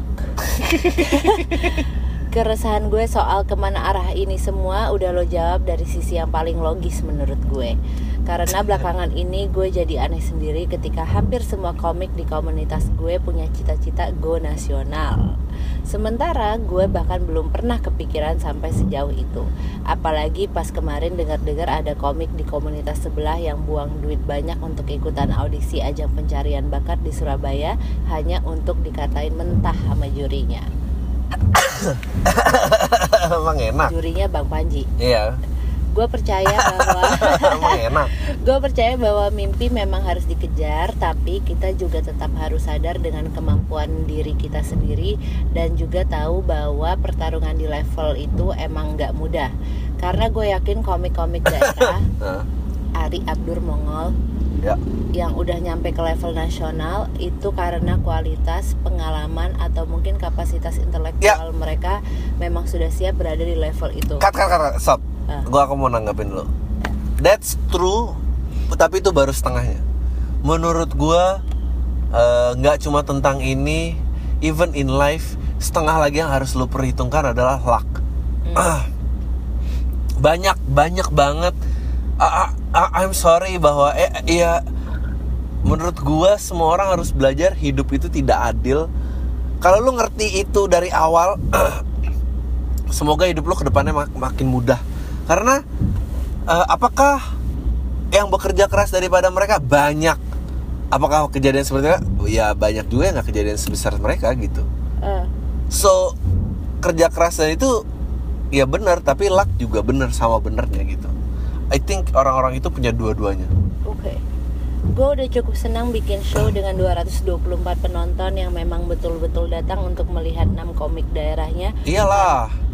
Keresahan gue soal kemana arah ini semua udah lo jawab dari sisi yang paling logis menurut gue. Karena belakangan ini gue jadi aneh sendiri ketika hampir semua komik di komunitas gue punya cita-cita go nasional. Sementara gue bahkan belum pernah kepikiran sampai sejauh itu. Apalagi pas kemarin dengar-dengar ada komik di komunitas sebelah yang buang duit banyak untuk ikutan audisi ajang pencarian bakat di Surabaya hanya untuk dikatain mentah sama jurinya. Emang enak. Jurinya Bang Panji. Iya. Gue percaya bahwa emang enak. Gue percaya bahwa mimpi memang harus dikejar, tapi kita juga tetap harus sadar dengan kemampuan diri kita sendiri dan juga tahu bahwa pertarungan di level itu emang nggak mudah. Karena gue yakin komik-komik daerah Ari Abdur Mongol yang udah nyampe ke level nasional itu karena kualitas, pengalaman atau mungkin kapasitas intelektual mereka memang sudah siap berada di level itu. Cut, stop. Aku mau nanggapin lo. That's true, tapi itu baru setengahnya. Menurut gue nggak cuma tentang ini, even in life setengah lagi yang harus lo perhitungkan adalah luck. Banyak banget. I'm sorry bahwa menurut gue semua orang harus belajar hidup itu tidak adil. Kalau lu ngerti itu dari awal, semoga hidup lu kedepannya makin mudah. Karena apakah yang bekerja keras daripada mereka banyak? Apakah kejadian seperti itu? Ya banyak juga yang gak kejadian sebesar mereka gitu. So kerja keras dan itu ya benar, tapi luck juga benar, sama benernya gitu. I think orang-orang itu punya dua-duanya. Oke. Gue udah cukup senang bikin show dengan 224 penonton yang memang betul-betul datang untuk melihat 6 komik daerahnya. Iyalah.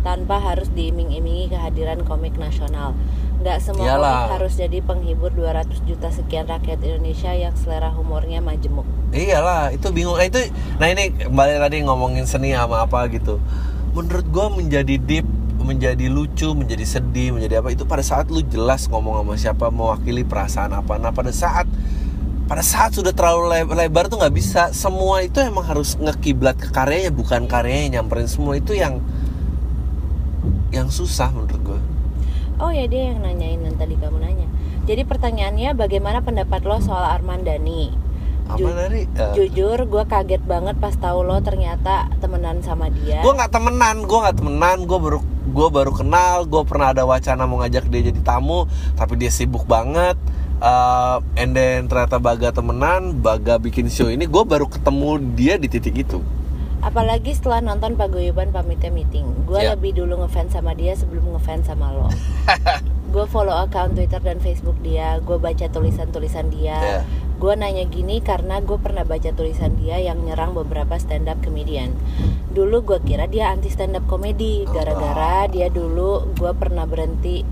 tanpa harus diiming-imingi kehadiran komik nasional. Nggak semua komik harus jadi penghibur 200 juta sekian rakyat Indonesia yang selera humornya majemuk. Iyalah, itu bingung. Nah ini kembali tadi ngomongin seni sama apa gitu. Menurut gue menjadi deep, menjadi lucu, menjadi sedih, menjadi apa, itu pada saat lu jelas ngomong sama siapa, mewakili perasaan apa. Nah pada saat sudah terlalu lebar tuh nggak bisa. Semua itu emang harus ngekiblat ke karyanya, bukan karyanya nyamperin semua. Itu yang susah menurut gue. Oh ya, dia yang nanyain yang tadi kamu nanya. Jadi pertanyaannya, bagaimana pendapat lo soal Armand Dhani? Jujur gue kaget banget pas tahu lo ternyata temenan sama dia. Gue nggak temenan, gue baru kenal. Gue pernah ada wacana mau ngajak dia jadi tamu, tapi dia sibuk banget. And then ternyata Baga temenan, Baga bikin show ini, gue baru ketemu dia di titik itu. Apalagi setelah nonton Paguyuban Pamitnya Meeting, gue lebih dulu ngefans sama dia sebelum ngefans sama lo. Gue follow account Twitter dan Facebook dia, gue baca tulisan-tulisan dia. Gue nanya gini karena gue pernah baca tulisan dia yang nyerang beberapa stand up comedian. Dulu gue kira dia anti stand up comedy, gara-gara dia dulu gue pernah berhenti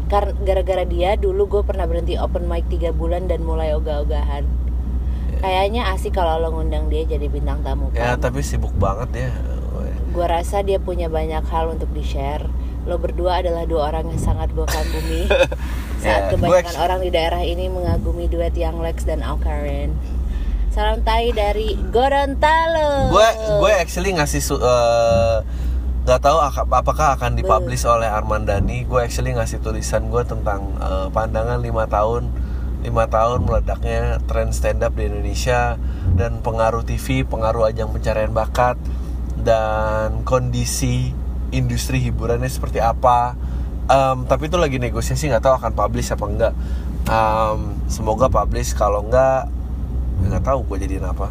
open mic 3 bulan dan mulai ogah-ogahan. Kayaknya asik kalau lo ngundang dia jadi bintang tamu. Ya tapi sibuk banget ya. Gue rasa dia punya banyak hal untuk di-share. Lo berdua adalah 2 orang yang sangat gue kagumi. Saat kebanyakan orang di daerah ini mengagumi duet Young Lex dan Awkarin. Salam tai dari Gorontalo. Gue actually ngasih gak tahu apakah akan dipublish oleh Armand Dhani. Gue actually ngasih tulisan gue tentang pandangan 5 tahun meledaknya tren stand up di Indonesia dan pengaruh TV, pengaruh ajang pencarian bakat, dan kondisi industri hiburannya seperti apa. Tapi itu lagi negosiasi, nggak tahu akan publish apa enggak. Semoga publish, kalau enggak nggak tahu gue jadiin apa.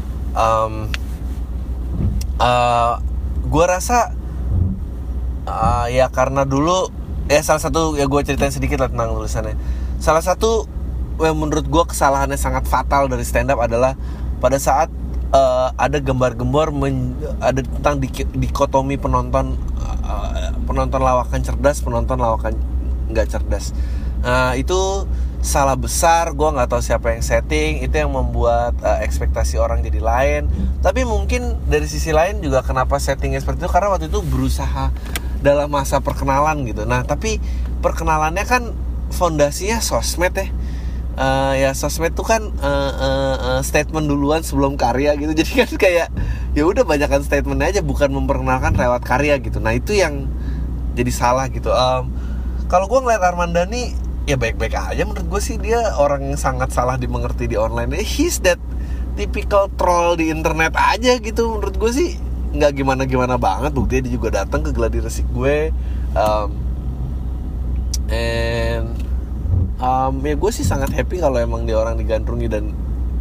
Gue rasa ya karena dulu salah satu ya gue ceritain sedikit lah tentang tulisannya. Salah satu yang menurut gue kesalahannya sangat fatal dari stand up adalah pada saat ada gembar-gembor ada tentang dikotomi penonton lawakan cerdas, penonton lawakan nggak cerdas. Itu salah besar. Gue nggak tahu siapa yang setting itu, yang membuat ekspektasi orang jadi lain. Tapi mungkin dari sisi lain juga kenapa settingnya seperti itu, karena waktu itu berusaha dalam masa perkenalan gitu. Nah tapi perkenalannya kan fondasinya sosmed ya. Ya sosmed tuh kan statement duluan sebelum karya gitu. Jadi kan kayak ya udah banyakan statement aja, bukan memperkenalkan lewat karya gitu. Nah itu yang jadi salah gitu. Kalau gue ngeliat Armand Dhani ya baik-baik aja. Menurut gue sih dia orang yang sangat salah dimengerti di online. He's that typical troll di internet aja gitu. Menurut gue sih nggak gimana-gimana banget. Buktinya dia juga datang ke Gladi Resik gue. Ya gue sih sangat happy kalau emang dia orang digandrungi dan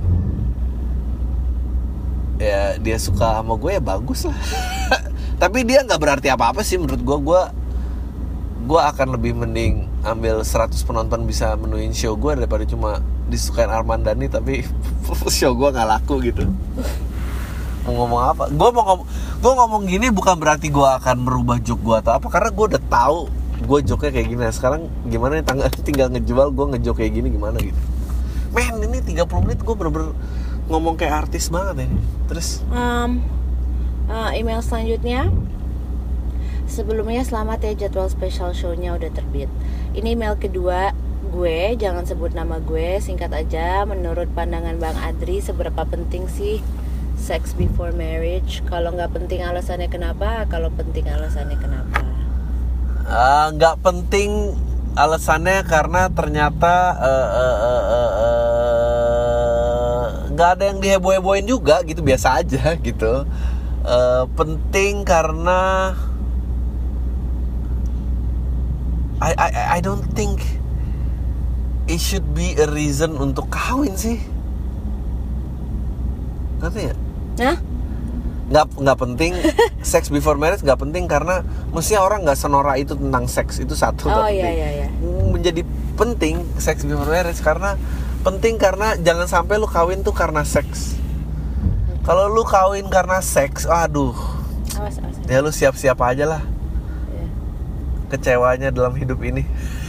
ya dia suka sama gue, ya bagus lah. Tapi dia nggak berarti apa-apa sih menurut gue akan lebih mending ambil 100 penonton bisa menuin show gue daripada cuma disukain Armand Dhani tapi show gue nggak laku gitu. Mau ngomong apa? Gue ngomong gini bukan berarti gue akan merubah joke gue atau apa, karena gue udah tahu gue joke-nya kayak gini. Sekarang gimana tinggal ngejual gue ngejoke kayak gini gimana gitu. Men, ini 30 menit gue bener-bener ngomong kayak artis banget ini. Terus email selanjutnya. Sebelumnya selamat ya, jadwal special show-nya udah terbit. Ini email kedua gue, jangan sebut nama gue, singkat aja. Menurut pandangan Bang Adri, seberapa penting sih sex before marriage? Kalau nggak penting alasannya kenapa? Kalau penting alasannya kenapa? Nggak penting alasannya karena ternyata nggak ada yang diheboh-hebohin juga gitu, biasa aja gitu. Penting karena I don't think it should be a reason untuk kawin sih. Ngerti ya? Hah? Nggak penting sex before marriage, nggak penting karena mestinya orang nggak senora itu tentang seks, itu satu. Oh iya. Menjadi penting sex before marriage karena penting karena jangan sampai lu kawin tuh karena seks. Kalau lu kawin karena seks, aduh, awas. ya lu siap-siap aja lah. kecewanya dalam hidup ini?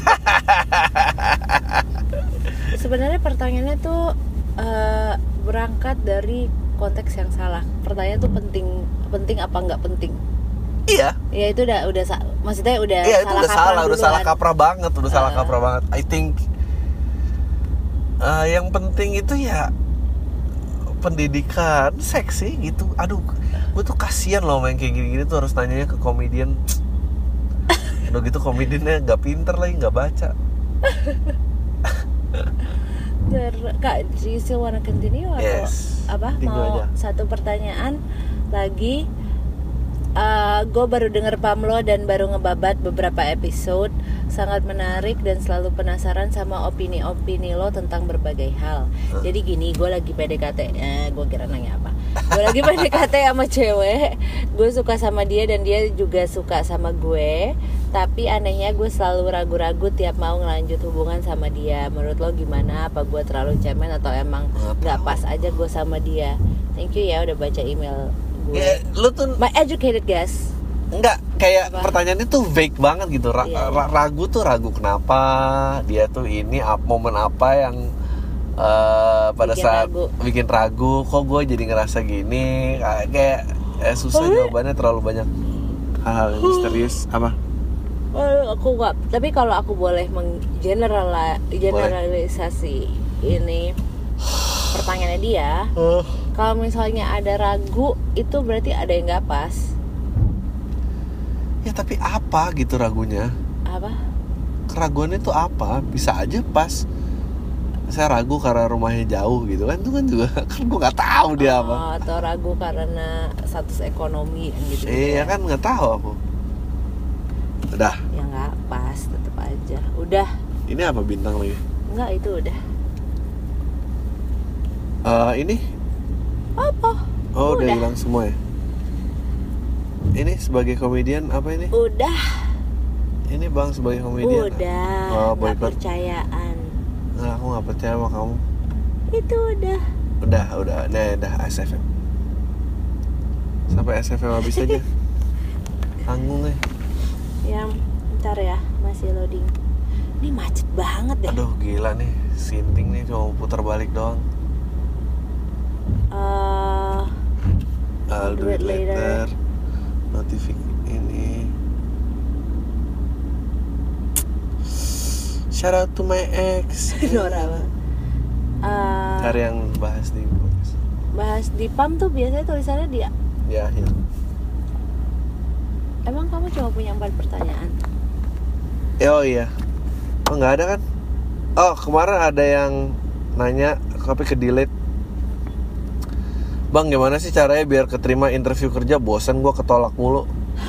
Sebenarnya pertanyaannya tuh berangkat dari konteks yang salah. Pertanyaan tuh penting apa nggak penting? Iya. Ya itu udah maksudnya udah iya, salah itu udah salah kaprah banget, salah kaprah banget. I think yang penting itu ya pendidikan seksi gitu. Aduh, gue tuh kasian loh main kayak gini-gini tuh harus nanyanya ke komedian. Udah gitu komediannya nggak pinter lagi, nggak baca. Kak, do you still wanna continue atau yes. apa? Mau aja. Satu pertanyaan lagi. Gue baru denger Pamlo dan baru ngebabat beberapa episode. Sangat menarik dan selalu penasaran sama opini-opini lo tentang berbagai hal. Jadi gini, gue lagi PDKT. Gue kira nanya apa? Gue lagi PDKT sama cewek. Gue suka sama dia dan dia juga suka sama gue. Tapi anehnya gue selalu ragu-ragu tiap mau ngelanjut hubungan sama dia. Menurut lo gimana? Apa gue terlalu cemen atau emang gak pas aja gue sama dia? Thank you ya udah baca email gue. Ya, lu tuh my educated guess. Enggak, kayak apa? Pertanyaannya tuh vague banget gitu. Ragu tuh ragu kenapa? Dia tuh ini momen apa yang pada bikin saat bikin ragu? Kok gue jadi ngerasa gini? Kayak susah jawabannya, terlalu banyak hal-hal yang misterius. Apa? Aku nggak. Tapi kalau aku boleh generalisasi ini pertanyaannya dia. Kalau misalnya ada ragu, itu berarti ada yang nggak pas. Ya tapi apa gitu ragunya? Apa? Keraguannya tuh apa? Bisa aja pas. Saya ragu karena rumahnya jauh gitu kan, itu kan juga kan gue nggak tahu dia apa. Atau ragu karena status ekonomi gitu. Iya kan nggak tahu aku. Udah. Ya nggak pas, tetap aja. Udah. Ini apa bintang lagi? Enggak, itu udah. Ini? Apa? Oh udah hilang semua ya. Ini sebagai komedian apa ini? Udah. Ini Bang sebagai komedian. Udah. Gak percayaan. Nah, aku gak percaya sama kamu. Itu udah. Nah, udah SFM. Sampai SFM habis aja. Tanggung nih. Ya, bentar ya, masih loading. Ini macet banget deh. Aduh, gila nih. Sinting nih cuma putar balik doang. I'll do it later. Notifik ini. Shout out to my ex. Nora. Cari yang bahas di podcast. Bahas di PAM tuh biasanya tulisannya dia. Di akhir. Emang kamu cuma punya 4 pertanyaan? Oh iya. Oh nggak ada kan? Oh kemarin ada yang nanya tapi ke delete. Bang gimana sih caranya biar keterima interview kerja? Bosan gue ketolak mulu.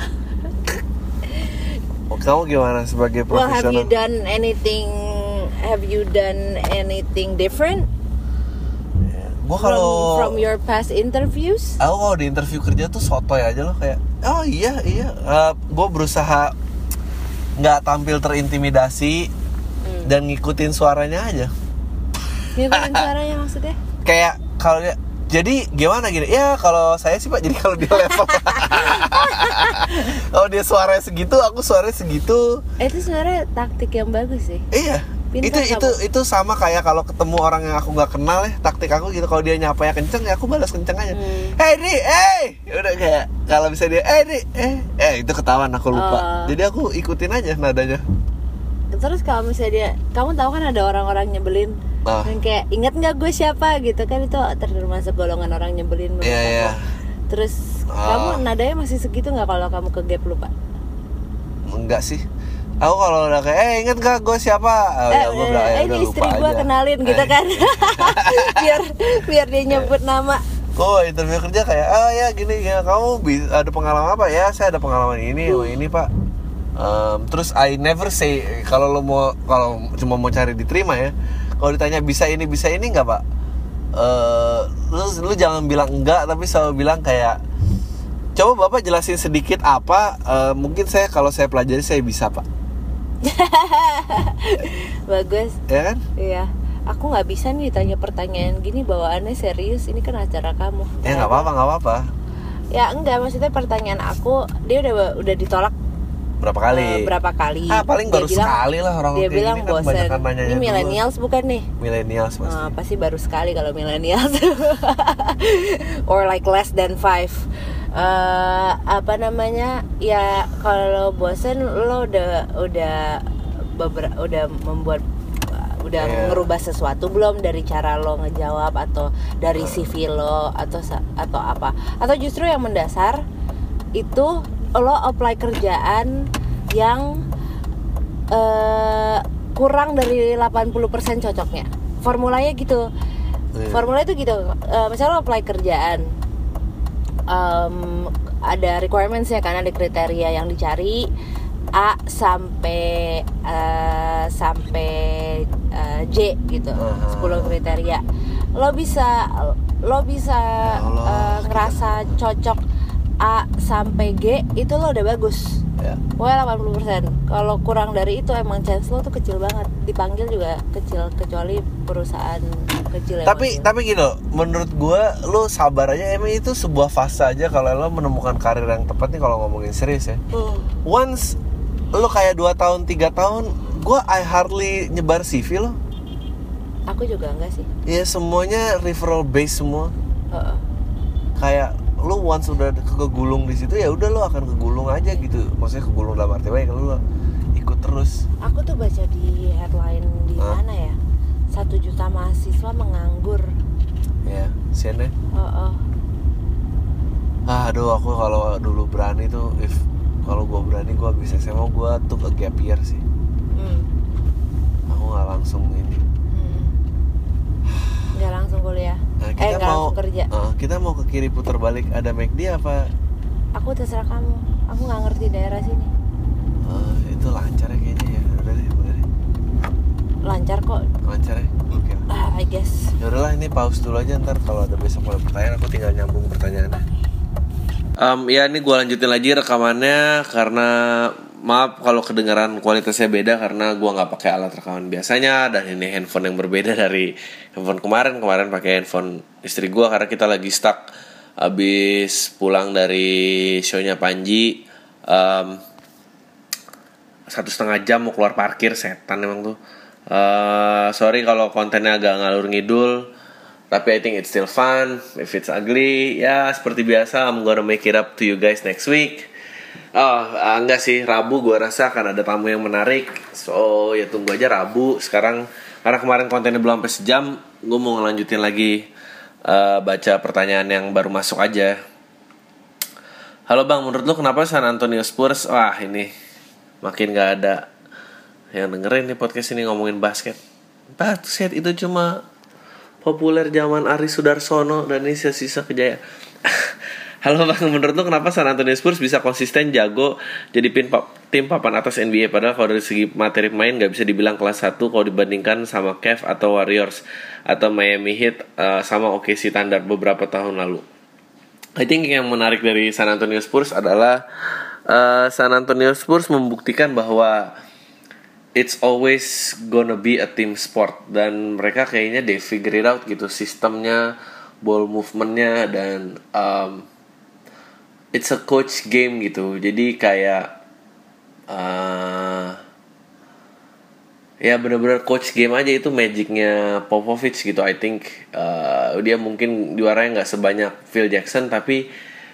Kamu gimana sebagai profesional? Well, have you done anything different? Gue kalau from your past interviews? Aku kalau di interview kerja tuh sotoy aja loh, kayak oh iya. Gue berusaha nggak tampil terintimidasi dan ngikutin suaranya aja. Ngikutin suaranya maksudnya? Kayak kalau dia jadi gimana gini? Ya kalau saya sih Pak, jadi kalau dia level kalau dia suaranya segitu, aku suaranya segitu. Itu sebenarnya taktik yang bagus sih. Iya. Itu sama kayak kalau ketemu orang yang aku nggak kenal ya, taktik aku gitu. Kalau dia nyapa ya kenceng, ya aku balas kenceng aja. Hey Di, udah kayak kalau bisa dia, Di, itu ketahuan aku lupa. Jadi aku ikutin aja nadanya. Terus kalau misalnya dia, kamu tahu kan ada orang-orang nyebelin. Yang kayak ingat nggak gue siapa gitu kan, itu termasuk golongan orang nyebelin menurut aku. Iya. Terus kamu nadanya masih segitu nggak kalau kamu ke gap lupa? Enggak sih. Aku kalau udah kayak inget gak gue siapa? Gue bilang ini istri gue kenalin gitu kan. biar dia nyebut nama. Kok interview kerja kayak ya gini ya, kamu ada pengalaman apa ya? Saya ada pengalaman ini Pak. Terus I never say kalau cuma mau cari diterima ya. Kalau ditanya bisa ini nggak Pak? Lu jangan bilang enggak, tapi selalu bilang kayak coba Bapak jelasin sedikit apa, mungkin kalau saya pelajari saya bisa Pak. Bagus. Ya kan? Iya. Aku nggak bisa nih ditanya pertanyaan gini bawaannya serius. Ini kan acara kamu. Ya nggak apa-apa. Ya enggak, maksudnya pertanyaan aku dia udah ditolak berapa kali? Paling baru sekali lah orang dia kayak bilang gini kan banyak nanya. Ini millennials bukan nih? Millennials pasti. Pasti baru sekali kalau millennials. Or like less than 5. Apa namanya? Ya kalau bosen lo udah ngerubah sesuatu belum dari cara lo ngejawab atau dari CV lo atau apa? Atau justru yang mendasar itu lo apply kerjaan yang kurang dari 80% cocoknya. Formulanya gitu. Formula itu gitu. Misalnya lo apply kerjaan, ada requirements ya kan, ada kriteria yang dicari A sampai J gitu, 10 kriteria. Lo bisa ngerasa cocok A sampai G, itu lo udah bagus. Pokoknya 80%. Kalau kurang dari itu emang chance lo tuh kecil banget. Dipanggil juga kecil, kecuali perusahaan kecil. Tapi gitu, menurut gue lo sabar aja. Emang itu sebuah fase aja kalau lo menemukan karir yang tepat nih, kalau ngomongin serius ya. Once lo kayak 2 tahun, 3 tahun, I hardly nyebar CV lo. Aku juga enggak sih. Ya semuanya referral base semua. Kayak lo once udah kegulung di situ, ya udah lo akan kegulung aja gitu. Maksudnya kegulung dalam arti baik, kalau lo ikut terus. Aku tuh baca di headline di mana ya, 1 juta mahasiswa menganggur. Ya, siannya. Aduh, aku kalau dulu berani tuh, kalau gue berani gue bisa SMA, gue tuh ke gap year sih. Aku nggak langsung ini. Nggak langsung kuliah. Kita mau langsung kerja. Kita mau ke kiri putar balik, ada McD apa? Aku terserah kamu. Aku nggak ngerti daerah sini. Itu lancar ya kayaknya ya. Udah deh, boleh deh. Lancar kok. Lancar ya. Oke. I guess. Ya udahlah, ini pause dulu aja, ntar kalau ada besok mulai pertanyaan aku tinggal nyambung pertanyaannya. Ya ini gue lanjutin lagi rekamannya karena maaf kalau kedengaran kualitasnya beda karena gue nggak pakai alat rekaman biasanya, dan ini handphone yang berbeda dari handphone kemarin pakai handphone istri gue karena kita lagi stuck abis pulang dari shownya Panji. 1,5 jam mau keluar parkir, setan emang tuh. Sorry kalau kontennya agak ngalur ngidul, tapi I think it's still fun. If it's ugly, ya seperti biasa, I'm gonna make it up to you guys next week. Enggak sih, Rabu gue rasa akan ada tamu yang menarik. So ya tunggu aja Rabu. Sekarang karena kemarin kontennya belum sampai sejam, gue mau ngelanjutin lagi baca pertanyaan yang baru masuk aja. Halo bang, menurut lu kenapa San Antonio Spurs? Wah ini makin gak ada yang dengerin nih podcast ini ngomongin basket. Basket itu cuma populer zaman Ari Sudarsono dan ini sisa kejayaan. Halo bang, menurut lu kenapa San Antonio Spurs bisa konsisten jago jadi tim papan atas NBA, padahal kalau dari segi materi pemain gak bisa dibilang kelas 1 kalau dibandingkan sama Cavs atau Warriors atau Miami Heat sama OKC Thunder beberapa tahun lalu. I think yang menarik dari San Antonio Spurs adalah San Antonio Spurs membuktikan bahwa it's always gonna be a team sport, dan mereka kayaknya they figure it out gitu, sistemnya, ball movementnya, dan it's a coach game gitu. Jadi kayak ya benar-benar coach game aja, itu magicnya Popovich gitu. I think dia mungkin juaranya nggak sebanyak Phil Jackson, tapi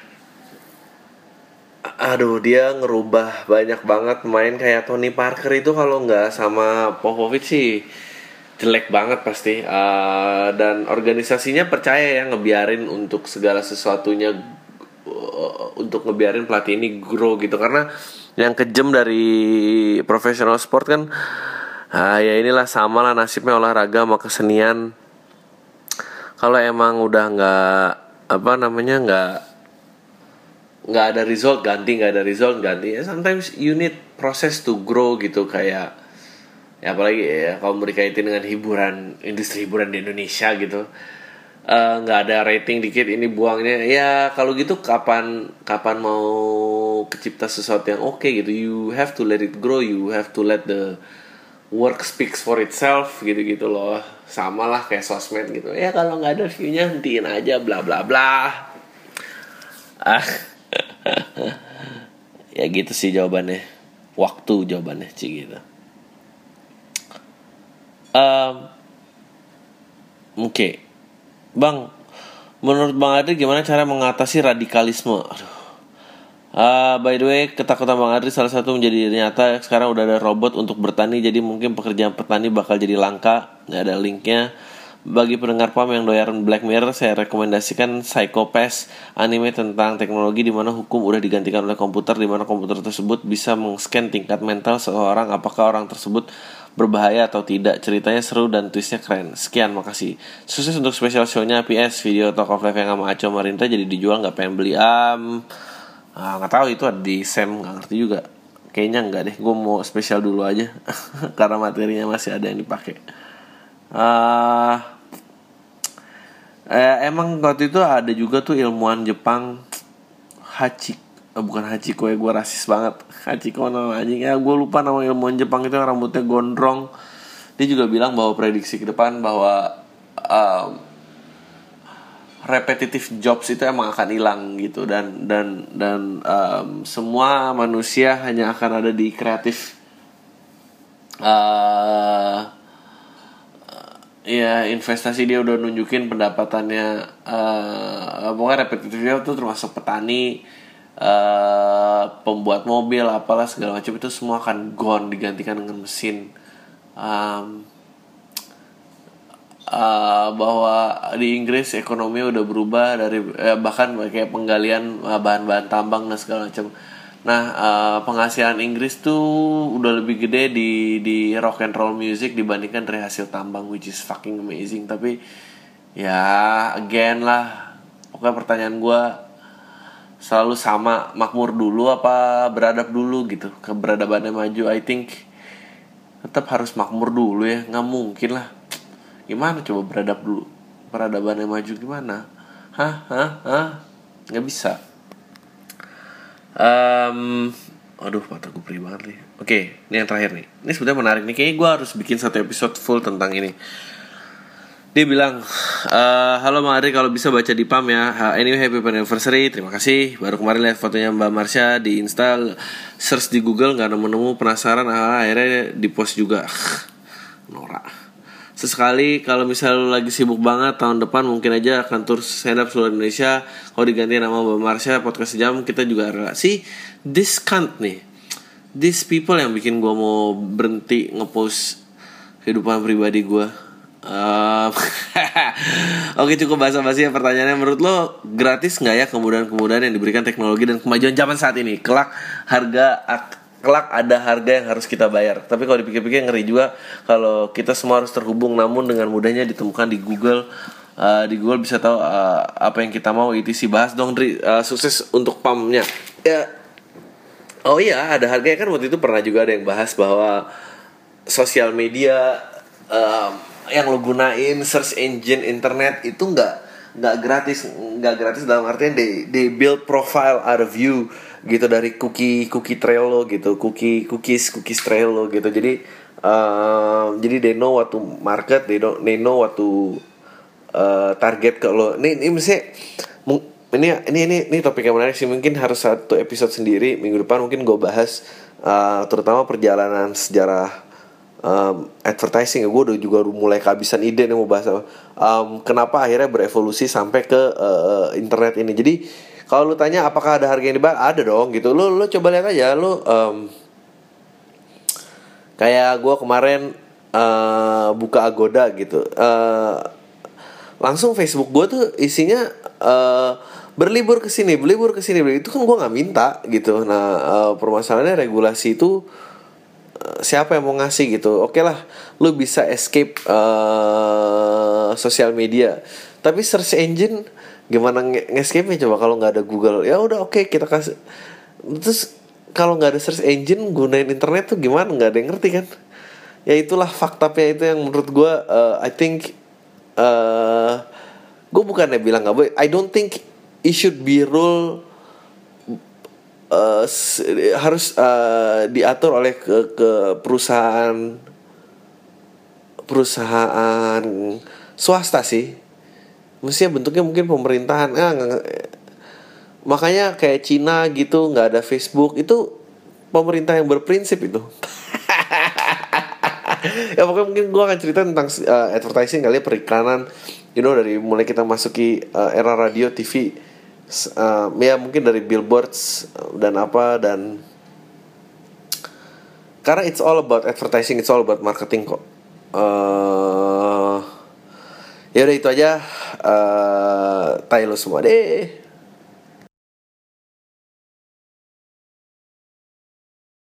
dia ngerubah banyak banget pemain. Kayak Tony Parker itu kalau nggak sama Popovich sih jelek banget pasti. Dan organisasinya percaya ya ngebiarin untuk segala sesuatunya, untuk ngebiarin pelatih ini grow gitu. Karena yang kejam dari professional sport kan ya inilah, sama lah nasibnya olahraga sama kesenian. Kalau emang udah nggak ada result ganti. Sometimes you need process to grow gitu. Kayak ya apalagi ya kalau berkaitan dengan industri hiburan di Indonesia gitu, nggak ada rating dikit ini buangnya. Ya kalau gitu kapan mau kecipta sesuatu yang oke gitu. You have to let it grow, you have to let the work speaks for itself gitu loh. Sama lah kayak sosmed gitu. Ya kalau nggak ada view-nya hentiin aja bla bla bla. Ya gitu sih jawabannya. waktu jawabannya gitu. Oke. Bang, menurut Bang Adri gimana cara mengatasi radikalisme? By the way, ketakutan Bang Adri salah satu menjadi nyata. Sekarang udah ada robot untuk bertani, jadi mungkin pekerjaan petani bakal jadi langka. Gak ada linknya. Bagi pendengar PAM yang doyan Black Mirror, saya rekomendasikan Psycho Pass, anime tentang teknologi di mana hukum udah digantikan oleh komputer, di mana komputer tersebut bisa meng-scan tingkat mental seseorang, apakah orang tersebut berbahaya atau tidak. Ceritanya seru dan twistnya keren. Sekian, makasih. Sukses untuk special show-nya. PS, video Talk of Life yang sama Aco Marinta jadi dijual, gak pengen beli. Gak tahu itu ada di Sam, gak ngerti juga. Kayaknya enggak deh, gue mau spesial dulu aja karena materinya masih ada yang dipakai. Emang waktu itu ada juga tuh ilmuwan Jepang bukan Hachiko ya, gue rasis banget. Hachiko nama anjing ya, gue lupa nama ilmuwan Jepang itu yang rambutnya gondrong. Dia juga bilang bahwa prediksi ke depan bahwa repetitive jobs itu emang akan hilang gitu, dan semua manusia hanya akan ada di kreatif. Ya investasi dia udah nunjukin pendapatannya. Pokoknya repetitifnya tuh termasuk petani, pembuat mobil, apalah segala macam itu semua akan gone, digantikan dengan mesin. Bahwa di Inggris ekonomi udah berubah dari bahkan kayak penggalian bahan-bahan tambang dan segala macam. Nah, penghasilan Inggris tuh udah lebih gede di rock and roll music dibandingkan dari hasil tambang, which is fucking amazing. Tapi ya again lah, pokoknya pertanyaan gue selalu sama, makmur dulu apa beradab dulu gitu. Keberadabannya maju, I think tetap harus makmur dulu ya, nggak mungkin lah. Gimana coba beradab dulu, peradabannya maju gimana? Nggak bisa. Aduh, mata gue perih banget nih. Oke, ini yang terakhir nih. Ini sebenarnya menarik nih. Kayaknya gue harus bikin satu episode full tentang ini. Dia bilang, halo Bang Adri, kalau bisa baca di PAM ya. Anyway, happy anniversary. Terima kasih. Baru kemarin lihat fotonya Mbak Marsha di Insta, search di Google nggak nemu-nemu, penasaran. Akhirnya di post juga. Norak. Sesekali kalau misalnya lu lagi sibuk banget, tahun depan mungkin aja akan tur stand up seluruh Indonesia. Kalau diganti nama Mbak Marsha, podcast sejam, kita juga rela. See, this can't nih. These people yang bikin gue mau berhenti ngepost kehidupan pribadi gue. Oke, cukup basa-basi ya pertanyaannya. Menurut lo gratis gak ya kemudahan-kemudahan yang diberikan teknologi dan kemajuan zaman saat ini? Kelak ada harga yang harus kita bayar. Tapi kalau dipikir-pikir ngeri juga kalau kita semua harus terhubung, namun dengan mudahnya ditemukan di Google. Di Google bisa tahu apa yang kita mau. ETC bahas dong Dri, sukses untuk PAM-nya ya. Oh iya, ada harganya kan. Waktu itu pernah juga ada yang bahas bahwa sosial media yang lo gunain, search engine internet itu nggak gratis dalam artian they build profile out of you gitu, dari cookie trail lo gitu, cookies trail lo gitu. Jadi they know what to market, they know what to target ke lo. Ini topik yang menarik sih, mungkin harus satu episode sendiri. Minggu depan mungkin gue bahas terutama perjalanan sejarah advertising. Gue udah juga mulai kehabisan ide nih mau bahas kenapa akhirnya berevolusi sampai ke internet ini. Jadi kalau lu tanya apakah ada harga yang dibayar, ada dong gitu. Lu coba lihat aja. Lu kayak gue kemarin buka Agoda gitu, langsung Facebook gue tuh isinya berlibur ke sini. Itu kan gue nggak minta gitu. Nah, permasalahannya regulasi itu siapa yang mau ngasih gitu. Oke lah, lu bisa escape sosial media, tapi search engine gimana nge-escape-nya coba kalau nggak ada Google? Ya udah, oke, kita kasih. Terus kalau nggak ada search engine, gunain internet tuh gimana? Nggak ada yang ngerti kan? Ya itulah faktanya, itu yang menurut gue I think gue bukannya bilang nggak boleh. I don't think it should be rule harus diatur oleh ke perusahaan swasta sih. Mestinya bentuknya mungkin pemerintahan. Makanya kayak Cina gitu nggak ada Facebook itu pemerintah yang berprinsip itu. Ya pokoknya mungkin gue akan cerita tentang advertising kali ya, periklanan, dari mulai kita masuki era radio, TV, ya mungkin dari billboards dan karena it's all about advertising, it's all about marketing kok. Ya udah itu aja, tai lo semua deh.